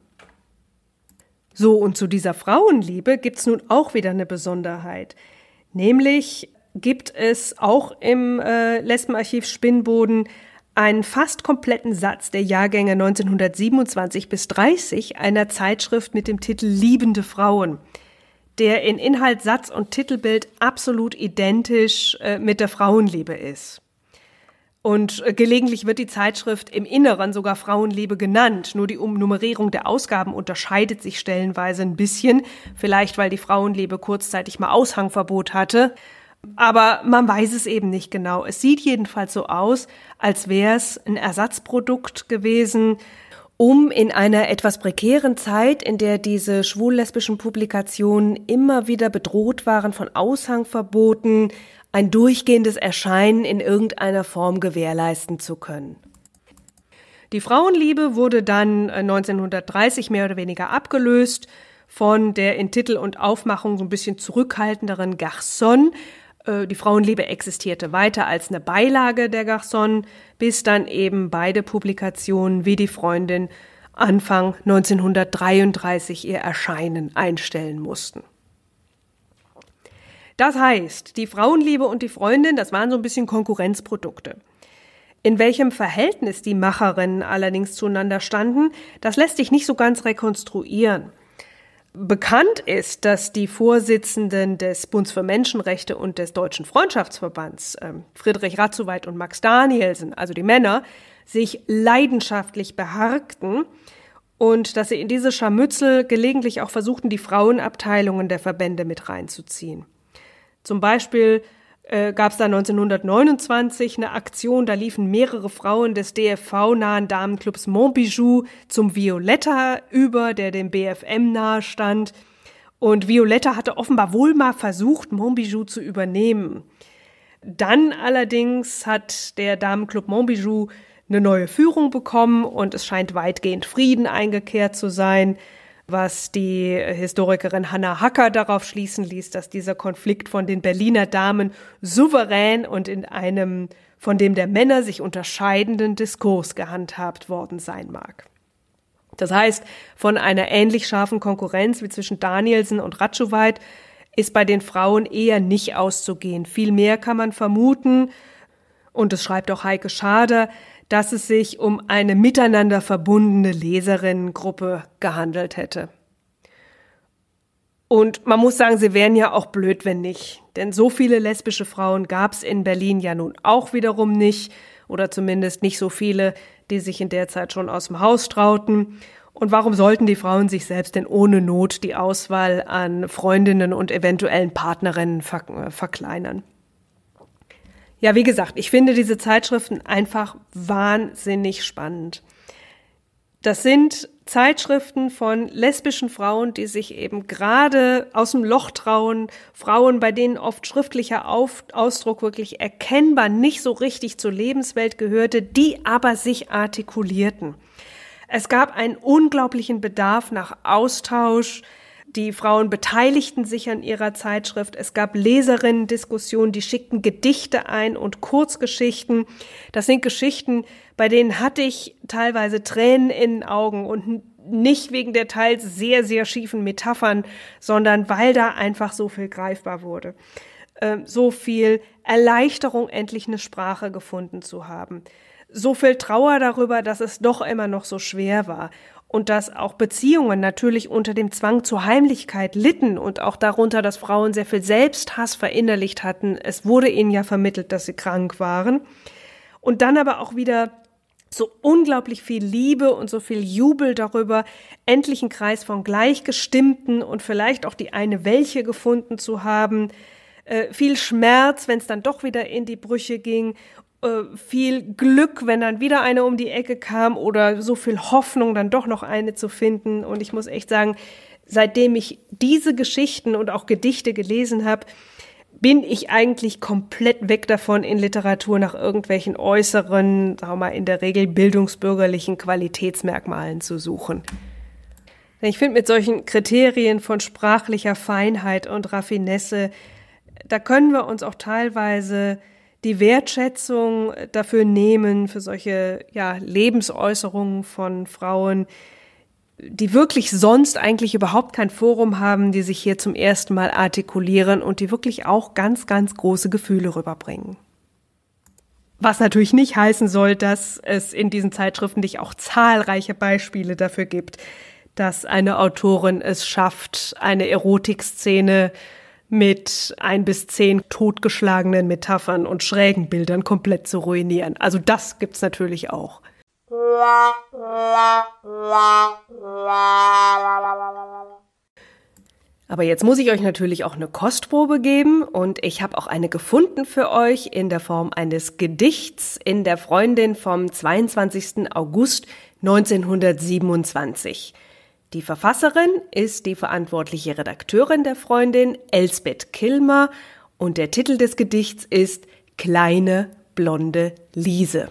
So, und zu dieser Frauenliebe gibt's nun auch wieder eine Besonderheit. Nämlich gibt es auch im äh, Lesbenarchiv Spinnboden einen fast kompletten Satz der Jahrgänge neunzehnhundertsiebenundzwanzig bis dreißig einer Zeitschrift mit dem Titel Liebende Frauen, der in Inhalt, Satz und Titelbild absolut identisch äh, mit der Frauenliebe ist. Und gelegentlich wird die Zeitschrift im Inneren sogar Frauenliebe genannt. Nur die Umnummerierung der Ausgaben unterscheidet sich stellenweise ein bisschen. Vielleicht, weil die Frauenliebe kurzzeitig mal Aushangverbot hatte. Aber man weiß es eben nicht genau. Es sieht jedenfalls so aus, als wäre es ein Ersatzprodukt gewesen, um in einer etwas prekären Zeit, in der diese schwul-lesbischen Publikationen immer wieder bedroht waren von Aushangverboten, ein durchgehendes Erscheinen in irgendeiner Form gewährleisten zu können. Die Frauenliebe wurde dann neunzehnhundertdreißig mehr oder weniger abgelöst von der in Titel und Aufmachung so ein bisschen zurückhaltenderen Garçon. Die Frauenliebe existierte weiter als eine Beilage der Garçon, bis dann eben beide Publikationen wie die Freundin Anfang neunzehnhundertdreiunddreißig ihr Erscheinen einstellen mussten. Das heißt, die Frauenliebe und die Freundin, das waren so ein bisschen Konkurrenzprodukte. In welchem Verhältnis die Macherinnen allerdings zueinander standen, das lässt sich nicht so ganz rekonstruieren. Bekannt ist, dass die Vorsitzenden des Bunds für Menschenrechte und des Deutschen Freundschaftsverbands, Friedrich Radszuweit und Max Danielsen, also die Männer, sich leidenschaftlich beharkten und dass sie in diese Scharmützel gelegentlich auch versuchten, die Frauenabteilungen der Verbände mit reinzuziehen. Zum Beispiel äh, gab es da neunzehnhundertneunundzwanzig eine Aktion, da liefen mehrere Frauen des D F V-nahen Damenclubs Montbijou zum Violetta über, der dem B F M nahe stand. Und Violetta hatte offenbar wohl mal versucht, Montbijou zu übernehmen. Dann allerdings hat der Damenclub Montbijou eine neue Führung bekommen und es scheint weitgehend Frieden eingekehrt zu sein, was die Historikerin Hannah Hacker darauf schließen ließ, dass dieser Konflikt von den Berliner Damen souverän und in einem von dem der Männer sich unterscheidenden Diskurs gehandhabt worden sein mag. Das heißt, von einer ähnlich scharfen Konkurrenz wie zwischen Danielsen und Ratschowait ist bei den Frauen eher nicht auszugehen. Vielmehr kann man vermuten, und es schreibt auch Heike Schader, dass es sich um eine miteinander verbundene Leserinnengruppe gehandelt hätte. Und man muss sagen, sie wären ja auch blöd, wenn nicht. Denn so viele lesbische Frauen gab es in Berlin ja nun auch wiederum nicht. Oder zumindest nicht so viele, die sich in der Zeit schon aus dem Haus trauten. Und warum sollten die Frauen sich selbst denn ohne Not die Auswahl an Freundinnen und eventuellen Partnerinnen ver- verkleinern? Ja, wie gesagt, ich finde diese Zeitschriften einfach wahnsinnig spannend. Das sind Zeitschriften von lesbischen Frauen, die sich eben gerade aus dem Loch trauen, Frauen, bei denen oft schriftlicher Auf- Ausdruck wirklich erkennbar nicht so richtig zur Lebenswelt gehörte, die aber sich artikulierten. Es gab einen unglaublichen Bedarf nach Austausch. Die Frauen beteiligten sich an ihrer Zeitschrift. Es gab Leserinnen-Diskussionen, die schickten Gedichte ein und Kurzgeschichten. Das sind Geschichten, bei denen hatte ich teilweise Tränen in den Augen und nicht wegen der teils sehr, sehr schiefen Metaphern, sondern weil da einfach so viel greifbar wurde. Ähm, so viel Erleichterung, endlich eine Sprache gefunden zu haben. So viel Trauer darüber, dass es doch immer noch so schwer war. Und dass auch Beziehungen natürlich unter dem Zwang zur Heimlichkeit litten und auch darunter, dass Frauen sehr viel Selbsthass verinnerlicht hatten. Es wurde ihnen ja vermittelt, dass sie krank waren. Und dann aber auch wieder so unglaublich viel Liebe und so viel Jubel darüber, endlich einen Kreis von Gleichgestimmten und vielleicht auch die eine Welche gefunden zu haben. Äh, viel Schmerz, wenn es dann doch wieder in die Brüche ging. Viel Glück, wenn dann wieder eine um die Ecke kam oder so viel Hoffnung, dann doch noch eine zu finden. Und ich muss echt sagen, seitdem ich diese Geschichten und auch Gedichte gelesen habe, bin ich eigentlich komplett weg davon, in Literatur nach irgendwelchen äußeren, sagen wir mal, in der Regel bildungsbürgerlichen Qualitätsmerkmalen zu suchen. Ich finde, mit solchen Kriterien von sprachlicher Feinheit und Raffinesse, da können wir uns auch teilweise die Wertschätzung dafür nehmen, für solche ja, Lebensäußerungen von Frauen, die wirklich sonst eigentlich überhaupt kein Forum haben, die sich hier zum ersten Mal artikulieren und die wirklich auch ganz, ganz große Gefühle rüberbringen. Was natürlich nicht heißen soll, dass es in diesen Zeitschriften nicht auch zahlreiche Beispiele dafür gibt, dass eine Autorin es schafft, eine Erotikszene mit ein bis zehn totgeschlagenen Metaphern und schrägen Bildern komplett zu ruinieren. Also das gibt's natürlich auch. Aber jetzt muss ich euch natürlich auch eine Kostprobe geben und ich habe auch eine gefunden für euch in der Form eines Gedichts in der Freundin vom zweiundzwanzigsten August neunzehnhundertsiebenundzwanzig. Die Verfasserin ist die verantwortliche Redakteurin der Freundin, Elsbeth Kilmer, und der Titel des Gedichts ist Kleine blonde Liese.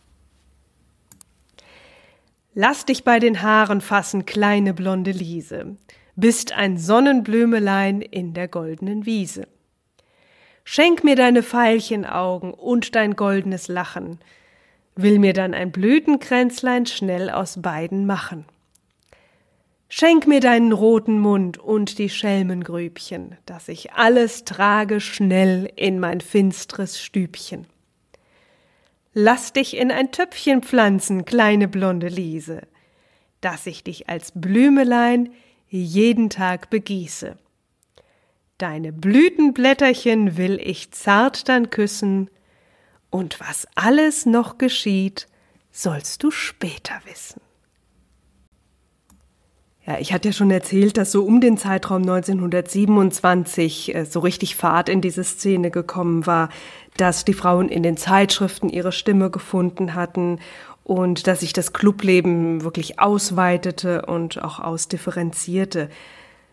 Lass dich bei den Haaren fassen, kleine blonde Liese, bist ein Sonnenblümelein in der goldenen Wiese. Schenk mir deine Veilchenaugen und dein goldenes Lachen, will mir dann ein Blütenkränzlein schnell aus beiden machen. Schenk mir deinen roten Mund und die Schelmengrübchen, dass ich alles trage schnell in mein finstres Stübchen. Lass dich in ein Töpfchen pflanzen, kleine blonde Liese, dass ich dich als Blümelein jeden Tag begieße. Deine Blütenblätterchen will ich zart dann küssen, und was alles noch geschieht, sollst du später wissen. Ja, ich hatte ja schon erzählt, dass so um den Zeitraum neunzehnhundertsiebenundzwanzig äh, so richtig Fahrt in diese Szene gekommen war, dass die Frauen in den Zeitschriften ihre Stimme gefunden hatten und dass sich das Clubleben wirklich ausweitete und auch ausdifferenzierte.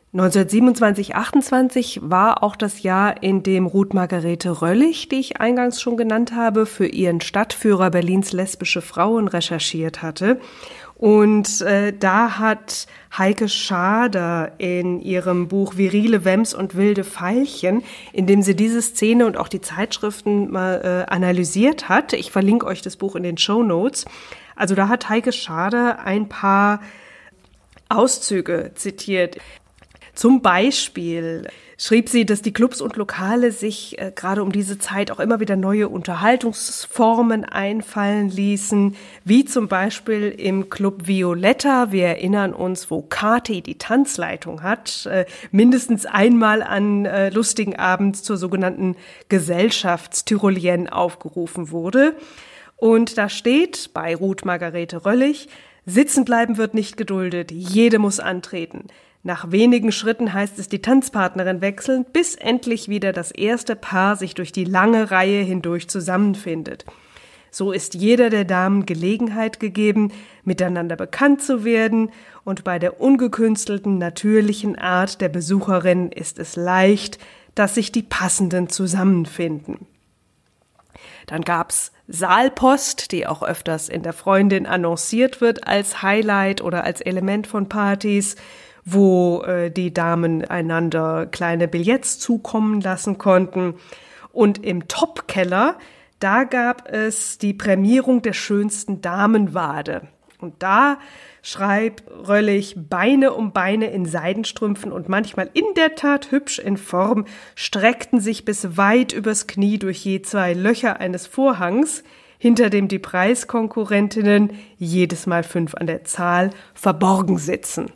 neunzehnhundertsiebenundzwanzig achtundzwanzig war auch das Jahr, in dem Ruth Margarete Röllig, die ich eingangs schon genannt habe, für ihren Stadtführer Berlins lesbische Frauen recherchiert hatte. Und äh, da hat Heike Schader in ihrem Buch Virile Wemms und wilde Veilchen, in dem sie diese Szene und auch die Zeitschriften mal äh, analysiert hat. Ich verlinke euch das Buch in den Shownotes. Also da hat Heike Schader ein paar Auszüge zitiert. Zum Beispiel schrieb sie, dass die Clubs und Lokale sich äh, gerade um diese Zeit auch immer wieder neue Unterhaltungsformen einfallen ließen, wie zum Beispiel im Club Violetta. Wir erinnern uns, wo Kathi die Tanzleitung hat, äh, mindestens einmal an äh, lustigen Abends zur sogenannten Gesellschaftstyrolienne aufgerufen wurde. Und da steht bei Ruth Margarete Röllig: Sitzen bleiben wird nicht geduldet, jede muss antreten. Nach wenigen Schritten heißt es die Tanzpartnerin wechseln, bis endlich wieder das erste Paar sich durch die lange Reihe hindurch zusammenfindet. So ist jeder der Damen Gelegenheit gegeben, miteinander bekannt zu werden, und bei der ungekünstelten, natürlichen Art der Besucherin ist es leicht, dass sich die Passenden zusammenfinden. Dann gab's Saalpost, die auch öfters in der Freundin annonciert wird als Highlight oder als Element von Partys, wo äh, die Damen einander kleine Billets zukommen lassen konnten. Und im Topkeller, da gab es die Prämierung der schönsten Damenwade. Und da schreibt Röllig: Beine um Beine in Seidenstrümpfen und manchmal in der Tat hübsch in Form streckten sich bis weit übers Knie durch je zwei Löcher eines Vorhangs, hinter dem die Preiskonkurrentinnen, jedes Mal fünf an der Zahl, verborgen sitzen.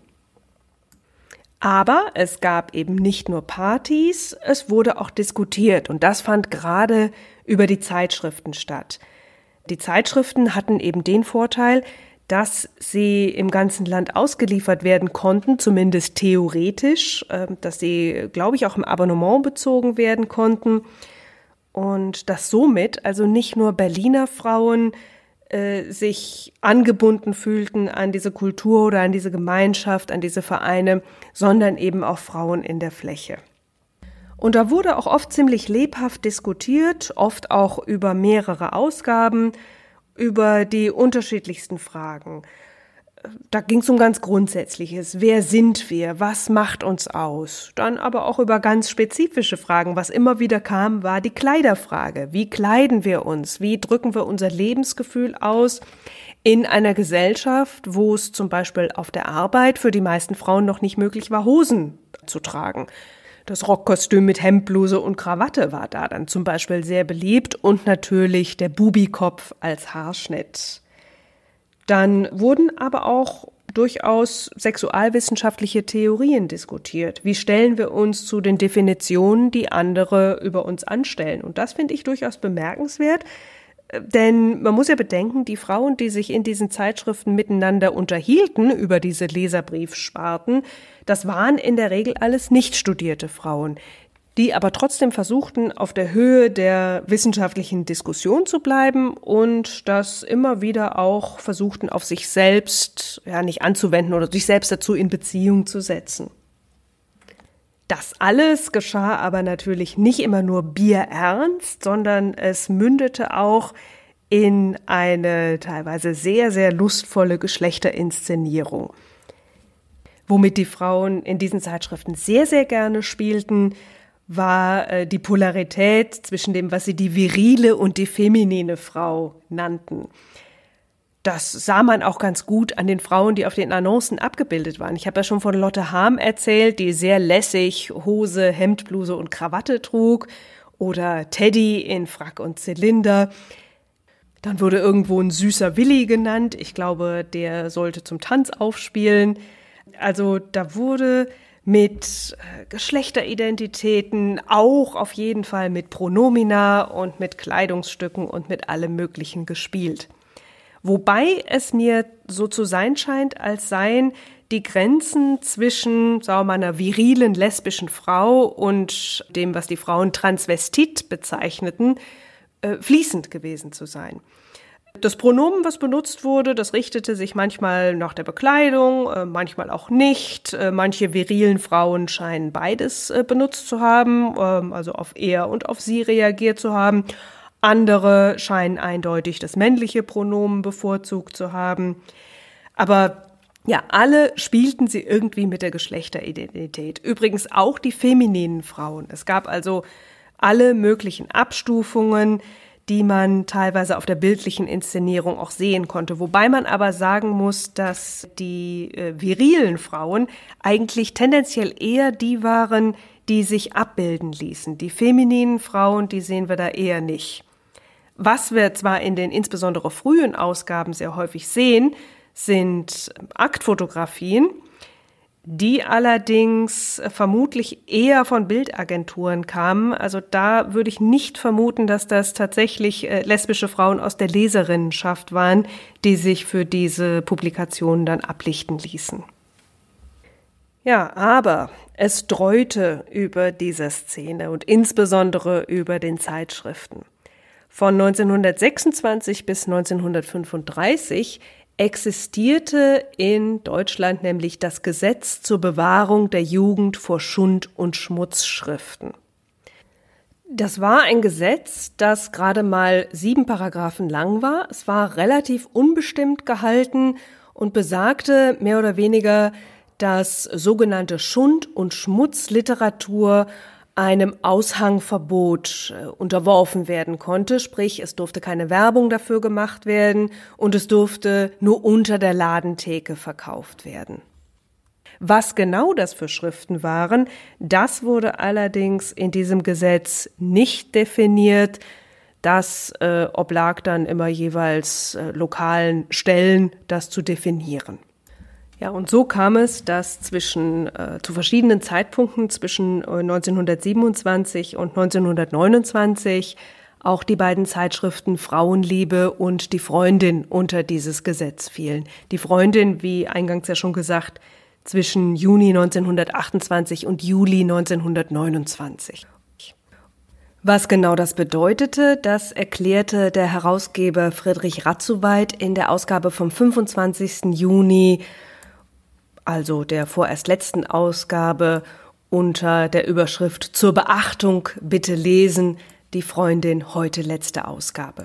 Aber es gab eben nicht nur Partys, es wurde auch diskutiert, und das fand gerade über die Zeitschriften statt. Die Zeitschriften hatten eben den Vorteil, dass sie im ganzen Land ausgeliefert werden konnten, zumindest theoretisch, dass sie, glaube ich, auch im Abonnement bezogen werden konnten, und dass somit also nicht nur Berliner Frauen äh, sich angebunden fühlten an diese Kultur oder an diese Gemeinschaft, an diese Vereine, sondern eben auch Frauen in der Fläche. Und da wurde auch oft ziemlich lebhaft diskutiert, oft auch über mehrere Ausgaben, über die unterschiedlichsten Fragen. Da ging es um ganz Grundsätzliches. Wer sind wir? Was macht uns aus? Dann aber auch über ganz spezifische Fragen. Was immer wieder kam, war die Kleiderfrage. Wie kleiden wir uns? Wie drücken wir unser Lebensgefühl aus in einer Gesellschaft, wo es zum Beispiel auf der Arbeit für die meisten Frauen noch nicht möglich war, Hosen zu tragen? Das Rockkostüm mit Hemdbluse und Krawatte war da dann zum Beispiel sehr beliebt, und natürlich der Bubikopf als Haarschnitt. Dann wurden aber auch durchaus sexualwissenschaftliche Theorien diskutiert. Wie stellen wir uns zu den Definitionen, die andere über uns anstellen? Und das finde ich durchaus bemerkenswert, denn man muss ja bedenken, die Frauen, die sich in diesen Zeitschriften miteinander unterhielten über diese Leserbriefsparten, das waren in der Regel alles nicht studierte Frauen, die aber trotzdem versuchten, auf der Höhe der wissenschaftlichen Diskussion zu bleiben und das immer wieder auch versuchten, auf sich selbst, ja, nicht anzuwenden oder sich selbst dazu in Beziehung zu setzen. Das alles geschah aber natürlich nicht immer nur bierernst, sondern es mündete auch in eine teilweise sehr, sehr lustvolle Geschlechterinszenierung. Womit die Frauen in diesen Zeitschriften sehr, sehr gerne spielten, war äh, die Polarität zwischen dem, was sie die virile und die feminine Frau nannten. Das sah man auch ganz gut an den Frauen, die auf den Annoncen abgebildet waren. Ich habe ja schon von Lotte Harm erzählt, die sehr lässig Hose, Hemdbluse und Krawatte trug, oder Teddy in Frack und Zylinder. Dann wurde irgendwo ein süßer Willi genannt. Ich glaube, der sollte zum Tanz aufspielen. Also da wurde mit Geschlechteridentitäten, auch auf jeden Fall mit Pronomina und mit Kleidungsstücken und mit allem Möglichen gespielt. Wobei es mir so zu sein scheint, als seien die Grenzen zwischen, sagen wir mal, einer virilen lesbischen Frau und dem, was die Frauen Transvestit bezeichneten, äh, fließend gewesen zu sein. Das Pronomen, was benutzt wurde, das richtete sich manchmal nach der Bekleidung, äh, manchmal auch nicht. Äh, manche virilen Frauen scheinen beides äh, benutzt zu haben, äh, also auf er und auf sie reagiert zu haben. Andere scheinen eindeutig das männliche Pronomen bevorzugt zu haben. Aber ja, alle spielten sie irgendwie mit der Geschlechteridentität. Übrigens auch die femininen Frauen. Es gab also alle möglichen Abstufungen, die man teilweise auf der bildlichen Inszenierung auch sehen konnte. Wobei man aber sagen muss, dass die äh, virilen Frauen eigentlich tendenziell eher die waren, die sich abbilden ließen. Die femininen Frauen, die sehen wir da eher nicht. Was wir zwar in den insbesondere frühen Ausgaben sehr häufig sehen, sind Aktfotografien, die allerdings vermutlich eher von Bildagenturen kamen. Also da würde ich nicht vermuten, dass das tatsächlich äh, lesbische Frauen aus der Leserinnenschaft waren, die sich für diese Publikationen dann ablichten ließen. Ja, aber es dreute über diese Szene und insbesondere über den Zeitschriften. Von neunzehnhundertsechsundzwanzig bis neunzehnhundertfünfunddreißig existierte in Deutschland nämlich das Gesetz zur Bewahrung der Jugend vor Schund- und Schmutzschriften. Das war ein Gesetz, das gerade mal sieben Paragraphen lang war. Es war relativ unbestimmt gehalten und besagte mehr oder weniger, dass sogenannte Schund- und Schmutzliteratur einem Aushangverbot äh, unterworfen werden konnte, sprich es durfte keine Werbung dafür gemacht werden und es durfte nur unter der Ladentheke verkauft werden. Was genau das für Schriften waren, das wurde allerdings in diesem Gesetz nicht definiert. Das äh, oblag dann immer jeweils äh, lokalen Stellen, das zu definieren. Ja, und so kam es, dass zwischen äh, zu verschiedenen Zeitpunkten zwischen äh, neunzehnhundertsiebenundzwanzig und neunzehnhundertneunundzwanzig auch die beiden Zeitschriften Frauenliebe und Die Freundin unter dieses Gesetz fielen. Die Freundin, wie eingangs ja schon gesagt, zwischen Juni neunzehnhundertachtundzwanzig und Juli neunzehnhundertneunundzwanzig. Was genau das bedeutete, das erklärte der Herausgeber Friedrich Ratzuweit in der Ausgabe vom fünfundzwanzigsten Juni, also der vorerst letzten Ausgabe, unter der Überschrift Zur Beachtung bitte lesen, Die Freundin, heute letzte Ausgabe.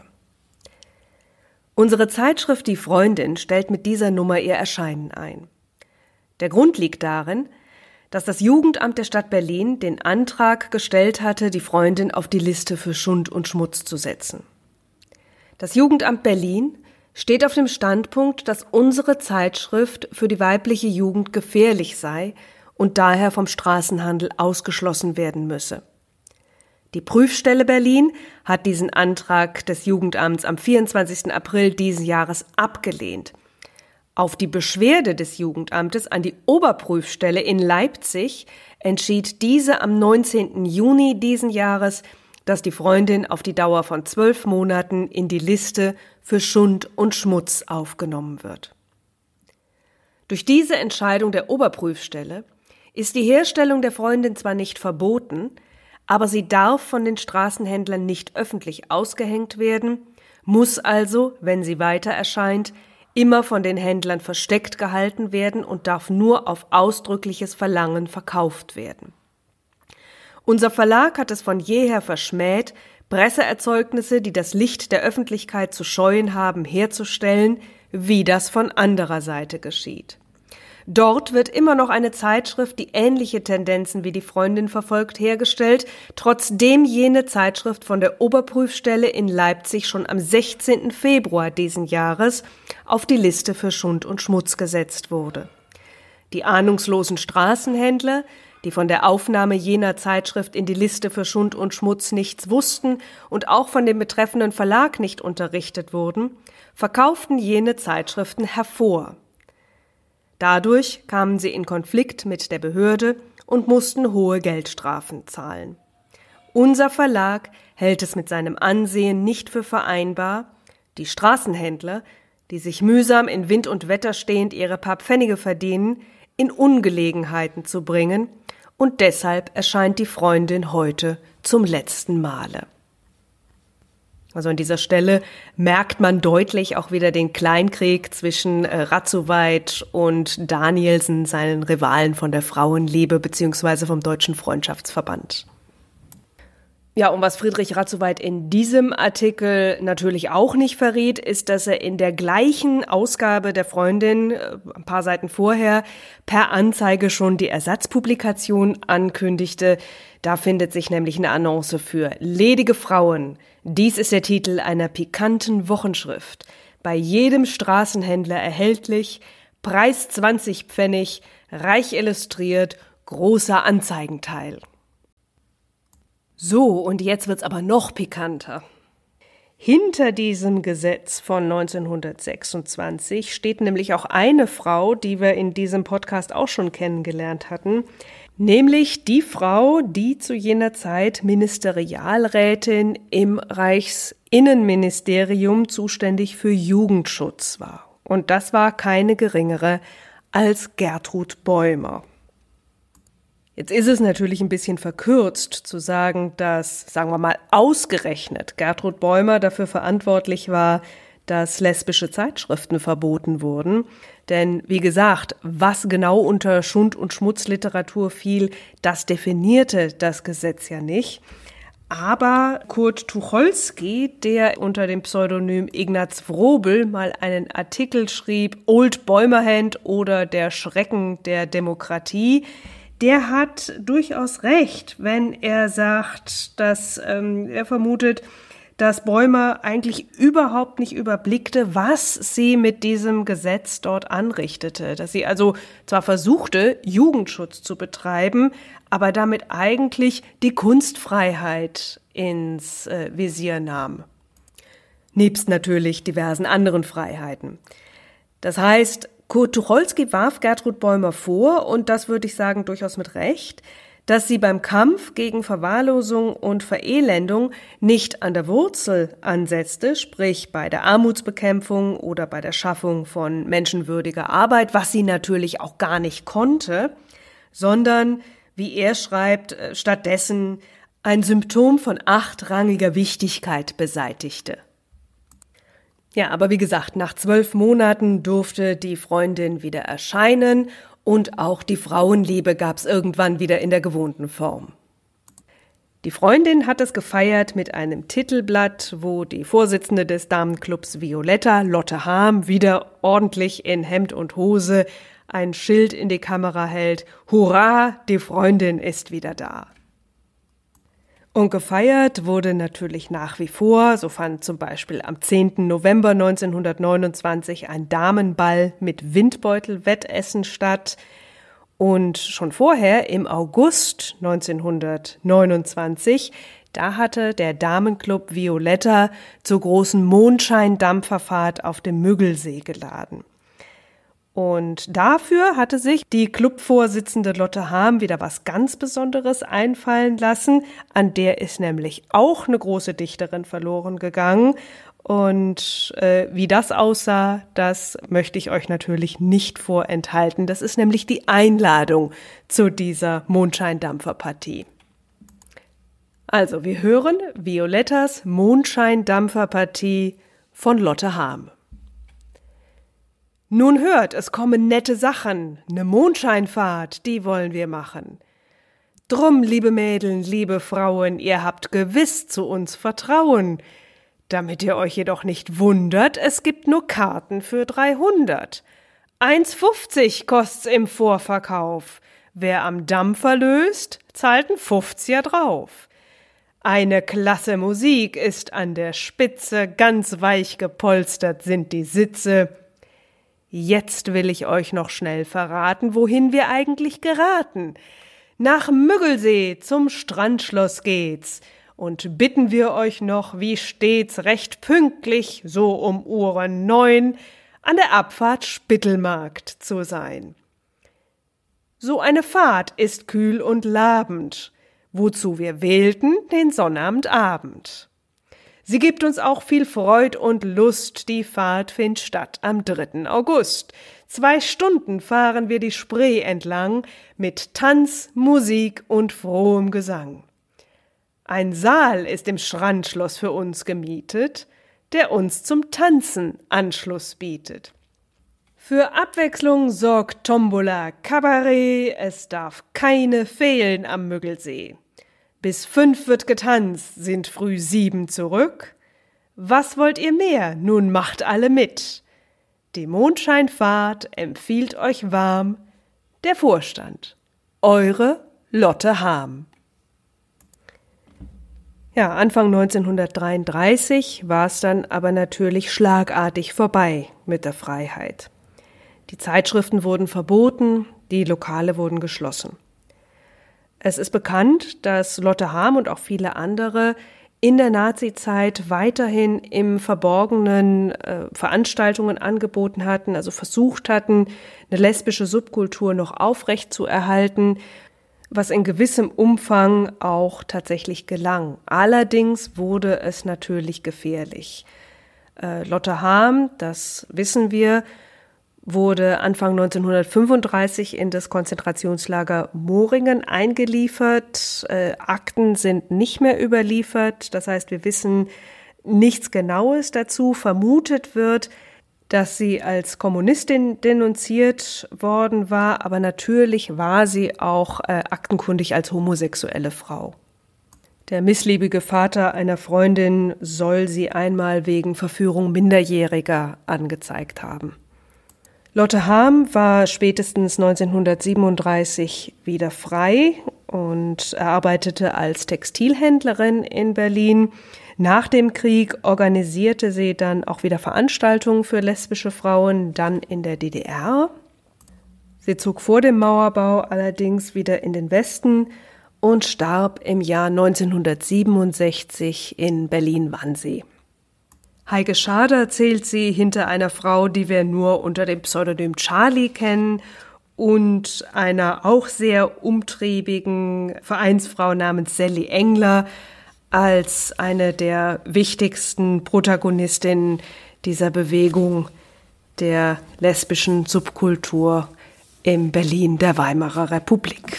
Unsere Zeitschrift Die Freundin stellt mit dieser Nummer ihr Erscheinen ein. Der Grund liegt darin, dass das Jugendamt der Stadt Berlin den Antrag gestellt hatte, die Freundin auf die Liste für Schund und Schmutz zu setzen. Das Jugendamt Berlin steht auf dem Standpunkt, dass unsere Zeitschrift für die weibliche Jugend gefährlich sei und daher vom Straßenhandel ausgeschlossen werden müsse. Die Prüfstelle Berlin hat diesen Antrag des Jugendamts am vierundzwanzigsten April diesen Jahres abgelehnt. Auf die Beschwerde des Jugendamtes an die Oberprüfstelle in Leipzig entschied diese am neunzehnten Juni diesen Jahres, dass die Freundin auf die Dauer von zwölf Monaten in die Liste für Schund und Schmutz aufgenommen wird. Durch diese Entscheidung der Oberprüfstelle ist die Herstellung der Freundin zwar nicht verboten, aber sie darf von den Straßenhändlern nicht öffentlich ausgehängt werden, muss also, wenn sie weiter erscheint, immer von den Händlern versteckt gehalten werden und darf nur auf ausdrückliches Verlangen verkauft werden. Unser Verlag hat es von jeher verschmäht, Presseerzeugnisse, die das Licht der Öffentlichkeit zu scheuen haben, herzustellen, wie das von anderer Seite geschieht. Dort wird immer noch eine Zeitschrift, die ähnliche Tendenzen wie die Freundin verfolgt, hergestellt, trotzdem jene Zeitschrift von der Oberprüfstelle in Leipzig schon am sechzehnten Februar diesen Jahres auf die Liste für Schund und Schmutz gesetzt wurde. Die ahnungslosen Straßenhändler, die von der Aufnahme jener Zeitschrift in die Liste für Schund und Schmutz nichts wussten und auch von dem betreffenden Verlag nicht unterrichtet wurden, verkauften jene Zeitschriften hervor. Dadurch kamen sie in Konflikt mit der Behörde und mussten hohe Geldstrafen zahlen. Unser Verlag hält es mit seinem Ansehen nicht für vereinbar, die Straßenhändler, die sich mühsam in Wind und Wetter stehend ihre paar Pfennige verdienen, in Ungelegenheiten zu bringen, und deshalb erscheint die Freundin heute zum letzten Male. Also an dieser Stelle merkt man deutlich auch wieder den Kleinkrieg zwischen äh, Radzowait und Danielsen, seinen Rivalen von der Frauenliebe bzw. vom Deutschen Freundschaftsverband. Ja, und was Friedrich Radzowait in diesem Artikel natürlich auch nicht verriet, ist, dass er in der gleichen Ausgabe der Freundin, äh, ein paar Seiten vorher, per Anzeige schon die Ersatzpublikation ankündigte. Da findet sich nämlich eine Annonce für ledige Frauen. Dies ist der Titel einer pikanten Wochenschrift. Bei jedem Straßenhändler erhältlich, Preis zwanzig Pfennig, reich illustriert, großer Anzeigenteil. So, und jetzt wird's aber noch pikanter. Hinter diesem Gesetz von neunzehnhundertsechsundzwanzig steht nämlich auch eine Frau, die wir in diesem Podcast auch schon kennengelernt hatten, nämlich die Frau, die zu jener Zeit Ministerialrätin im Reichsinnenministerium zuständig für Jugendschutz war. Und das war keine geringere als Gertrud Bäumer. Jetzt ist es natürlich ein bisschen verkürzt zu sagen, dass, sagen wir mal, ausgerechnet Gertrud Bäumer dafür verantwortlich war, dass lesbische Zeitschriften verboten wurden. Denn, wie gesagt, was genau unter Schund- und Schmutzliteratur fiel, das definierte das Gesetz ja nicht. Aber Kurt Tucholsky, der unter dem Pseudonym Ignaz Wrobel mal einen Artikel schrieb, Old Bäumerhand oder der Schrecken der Demokratie, der hat durchaus recht, wenn er sagt, dass ähm, er vermutet, dass Bäumer eigentlich überhaupt nicht überblickte, was sie mit diesem Gesetz dort anrichtete. Dass sie also zwar versuchte, Jugendschutz zu betreiben, aber damit eigentlich die Kunstfreiheit ins äh, Visier nahm. Nebst natürlich diversen anderen Freiheiten. Das heißt, Kurt Tucholsky warf Gertrud Bäumer vor, und das würde ich sagen durchaus mit Recht, dass sie beim Kampf gegen Verwahrlosung und Verelendung nicht an der Wurzel ansetzte, sprich bei der Armutsbekämpfung oder bei der Schaffung von menschenwürdiger Arbeit, was sie natürlich auch gar nicht konnte, sondern, wie er schreibt, stattdessen ein Symptom von achtrangiger Wichtigkeit beseitigte. Ja, aber wie gesagt, nach zwölf Monaten durfte die Freundin wieder erscheinen und auch die Frauenliebe gab es irgendwann wieder in der gewohnten Form. Die Freundin hat es gefeiert mit einem Titelblatt, wo die Vorsitzende des Damenclubs Violetta, Lotte Harm, wieder ordentlich in Hemd und Hose ein Schild in die Kamera hält. Hurra, die Freundin ist wieder da. Und gefeiert wurde natürlich nach wie vor, so fand zum Beispiel am zehnten November neunzehnhundertneunundzwanzig ein Damenball mit Windbeutel-Wettessen statt. Und schon vorher, im August neunzehnhundertneunundzwanzig, da hatte der Damenclub Violetta zur großen Mondscheindampferfahrt auf dem Müggelsee geladen. Und dafür hatte sich die Clubvorsitzende Lotte Harm wieder was ganz Besonderes einfallen lassen. An der ist nämlich auch eine große Dichterin verloren gegangen. Und äh, wie das aussah, das möchte ich euch natürlich nicht vorenthalten. Das ist nämlich die Einladung zu dieser Mondscheindampferpartie. Also, wir hören Violettas Mondscheindampferpartie von Lotte Harm. Nun hört, es kommen nette Sachen, ne Mondscheinfahrt, die wollen wir machen. Drum, liebe Mädeln, liebe Frauen, ihr habt gewiss zu uns Vertrauen. Damit ihr euch jedoch nicht wundert, es gibt nur Karten für dreihundert. eins fünfzig kost's im Vorverkauf. Wer am Dampfer löst, zahlt ein Fünfziger drauf. Eine klasse Musik ist an der Spitze, ganz weich gepolstert sind die Sitze. Jetzt will ich euch noch schnell verraten, wohin wir eigentlich geraten. Nach Müggelsee zum Strandschloss geht's. Und bitten wir euch noch, wie stets, recht pünktlich, so um Uhren neun, an der Abfahrt Spittelmarkt zu sein. So eine Fahrt ist kühl und labend, wozu wir wählten den Sonnabendabend. Sie gibt uns auch viel Freud und Lust, die Fahrt findet statt am dritten August. Zwei Stunden fahren wir die Spree entlang, mit Tanz, Musik und frohem Gesang. Ein Saal ist im Schrandschloss für uns gemietet, der uns zum Tanzen Anschluss bietet. Für Abwechslung sorgt Tombola Kabarett, es darf keine fehlen am Müggelsee. Bis fünf wird getanzt, sind früh sieben zurück. Was wollt ihr mehr? Nun macht alle mit. Die Mondscheinfahrt empfiehlt euch warm der Vorstand. Eure Lotte Harm. Ja, Anfang neunzehnhundertdreiunddreißig war es dann aber natürlich schlagartig vorbei mit der Freiheit. Die Zeitschriften wurden verboten, die Lokale wurden geschlossen. Es ist bekannt, dass Lotte Harm und auch viele andere in der Nazizeit weiterhin im Verborgenen äh, Veranstaltungen angeboten hatten, also versucht hatten, eine lesbische Subkultur noch aufrechtzuerhalten, was in gewissem Umfang auch tatsächlich gelang. Allerdings wurde es natürlich gefährlich. Äh, Lotte Harm, das wissen wir, wurde Anfang neunzehnhundertfünfunddreißig in das Konzentrationslager Moringen eingeliefert. Äh, Akten sind nicht mehr überliefert, das heißt, wir wissen nichts Genaues dazu. Vermutet wird, dass sie als Kommunistin denunziert worden war, aber natürlich war sie auch äh, aktenkundig als homosexuelle Frau. Der missliebige Vater einer Freundin soll sie einmal wegen Verführung Minderjähriger angezeigt haben. Lotte Harm war spätestens neunzehnhundertsiebenunddreißig wieder frei und arbeitete als Textilhändlerin in Berlin. Nach dem Krieg organisierte sie dann auch wieder Veranstaltungen für lesbische Frauen, dann in der D D R. Sie zog vor dem Mauerbau allerdings wieder in den Westen und starb im Jahr neunzehnhundertsiebenundsechzig in Berlin-Wannsee. Heike Schader zählt sie hinter einer Frau, die wir nur unter dem Pseudonym Charlie kennen, und einer auch sehr umtriebigen Vereinsfrau namens Sally Engler als eine der wichtigsten Protagonistinnen dieser Bewegung der lesbischen Subkultur im Berlin der Weimarer Republik.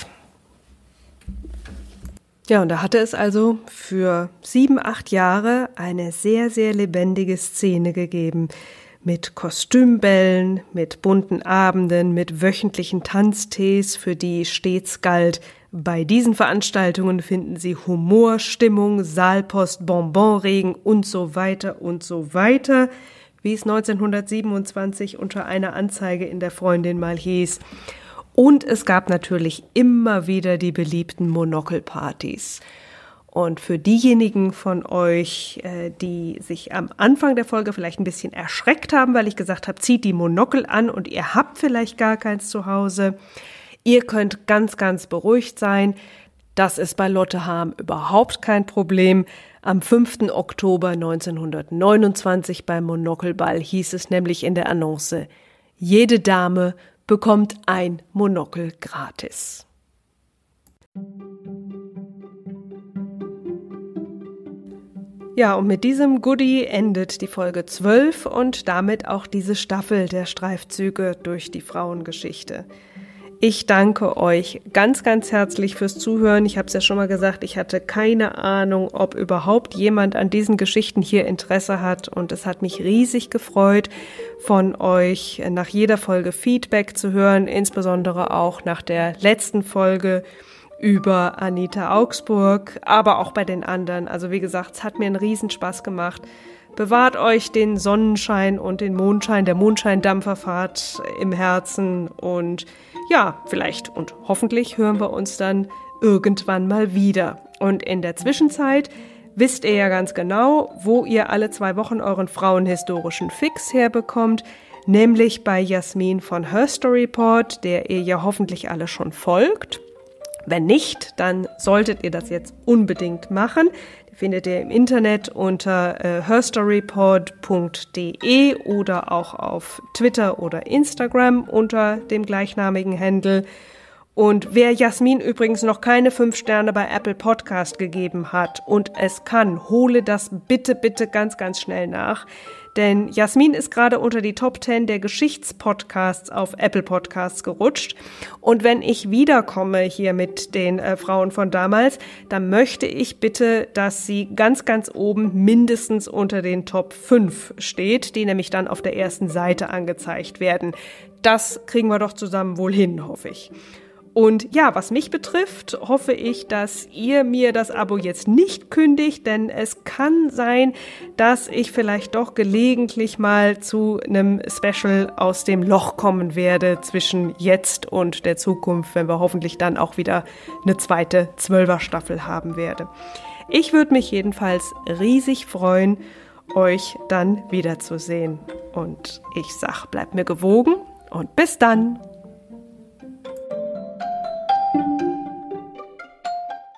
Ja, und da hatte es also für sieben, acht Jahre eine sehr, sehr lebendige Szene gegeben. Mit Kostümbällen, mit bunten Abenden, mit wöchentlichen Tanztees, für die stets galt: Bei diesen Veranstaltungen finden Sie Humor, Stimmung, Saalpost, Bonbonregen und so weiter und so weiter, wie es neunzehnhundertsiebenundzwanzig unter einer Anzeige in der Freundin mal hieß. Und es gab natürlich immer wieder die beliebten Monokelpartys. Und für diejenigen von euch, die sich am Anfang der Folge vielleicht ein bisschen erschreckt haben, weil ich gesagt habe, zieht die Monokel an und ihr habt vielleicht gar keins zu Hause, ihr könnt ganz, ganz beruhigt sein. Das ist bei Lotte Harm überhaupt kein Problem. Am fünften Oktober neunzehnhundertneunundzwanzig beim Monokelball hieß es nämlich in der Annonce: Jede Dame bekommt ein Monokel gratis. Ja, und mit diesem Goodie endet die Folge zwölf und damit auch diese Staffel der Streifzüge durch die Frauengeschichte. Ich danke euch ganz, ganz herzlich fürs Zuhören. Ich habe es ja schon mal gesagt, ich hatte keine Ahnung, ob überhaupt jemand an diesen Geschichten hier Interesse hat. Und es hat mich riesig gefreut, von euch nach jeder Folge Feedback zu hören, insbesondere auch nach der letzten Folge über Anita Augsburg, aber auch bei den anderen. Also wie gesagt, es hat mir einen Riesenspaß gemacht. Bewahrt euch den Sonnenschein und den Mondschein der Mondscheindampferfahrt im Herzen und ja, vielleicht und hoffentlich hören wir uns dann irgendwann mal wieder. Und in der Zwischenzeit wisst ihr ja ganz genau, wo ihr alle zwei Wochen euren frauenhistorischen Fix herbekommt, nämlich bei Jasmin von Herstoryport, der ihr ja hoffentlich alle schon folgt. Wenn nicht, dann solltet ihr das jetzt unbedingt machen. Die findet ihr im Internet unter äh, herstorypod punkt de oder auch auf Twitter oder Instagram unter dem gleichnamigen Handle. Und wer Jasmin übrigens noch keine fünf Sterne bei Apple Podcast gegeben hat und es kann, hole das bitte, bitte ganz, ganz schnell nach. Denn Jasmin ist gerade unter die Top zehn der Geschichtspodcasts auf Apple Podcasts gerutscht. Und wenn ich wiederkomme hier mit den äh, Frauen von damals, dann möchte ich bitte, dass sie ganz, ganz oben mindestens unter den Top fünf steht, die nämlich dann auf der ersten Seite angezeigt werden. Das kriegen wir doch zusammen wohl hin, hoffe ich. Und ja, was mich betrifft, hoffe ich, dass ihr mir das Abo jetzt nicht kündigt, denn es kann sein, dass ich vielleicht doch gelegentlich mal zu einem Special aus dem Loch kommen werde zwischen jetzt und der Zukunft, wenn wir hoffentlich dann auch wieder eine zweite Zwölfer-Staffel haben werden. Ich würde mich jedenfalls riesig freuen, euch dann wiederzusehen. Und ich sag, bleibt mir gewogen und bis dann!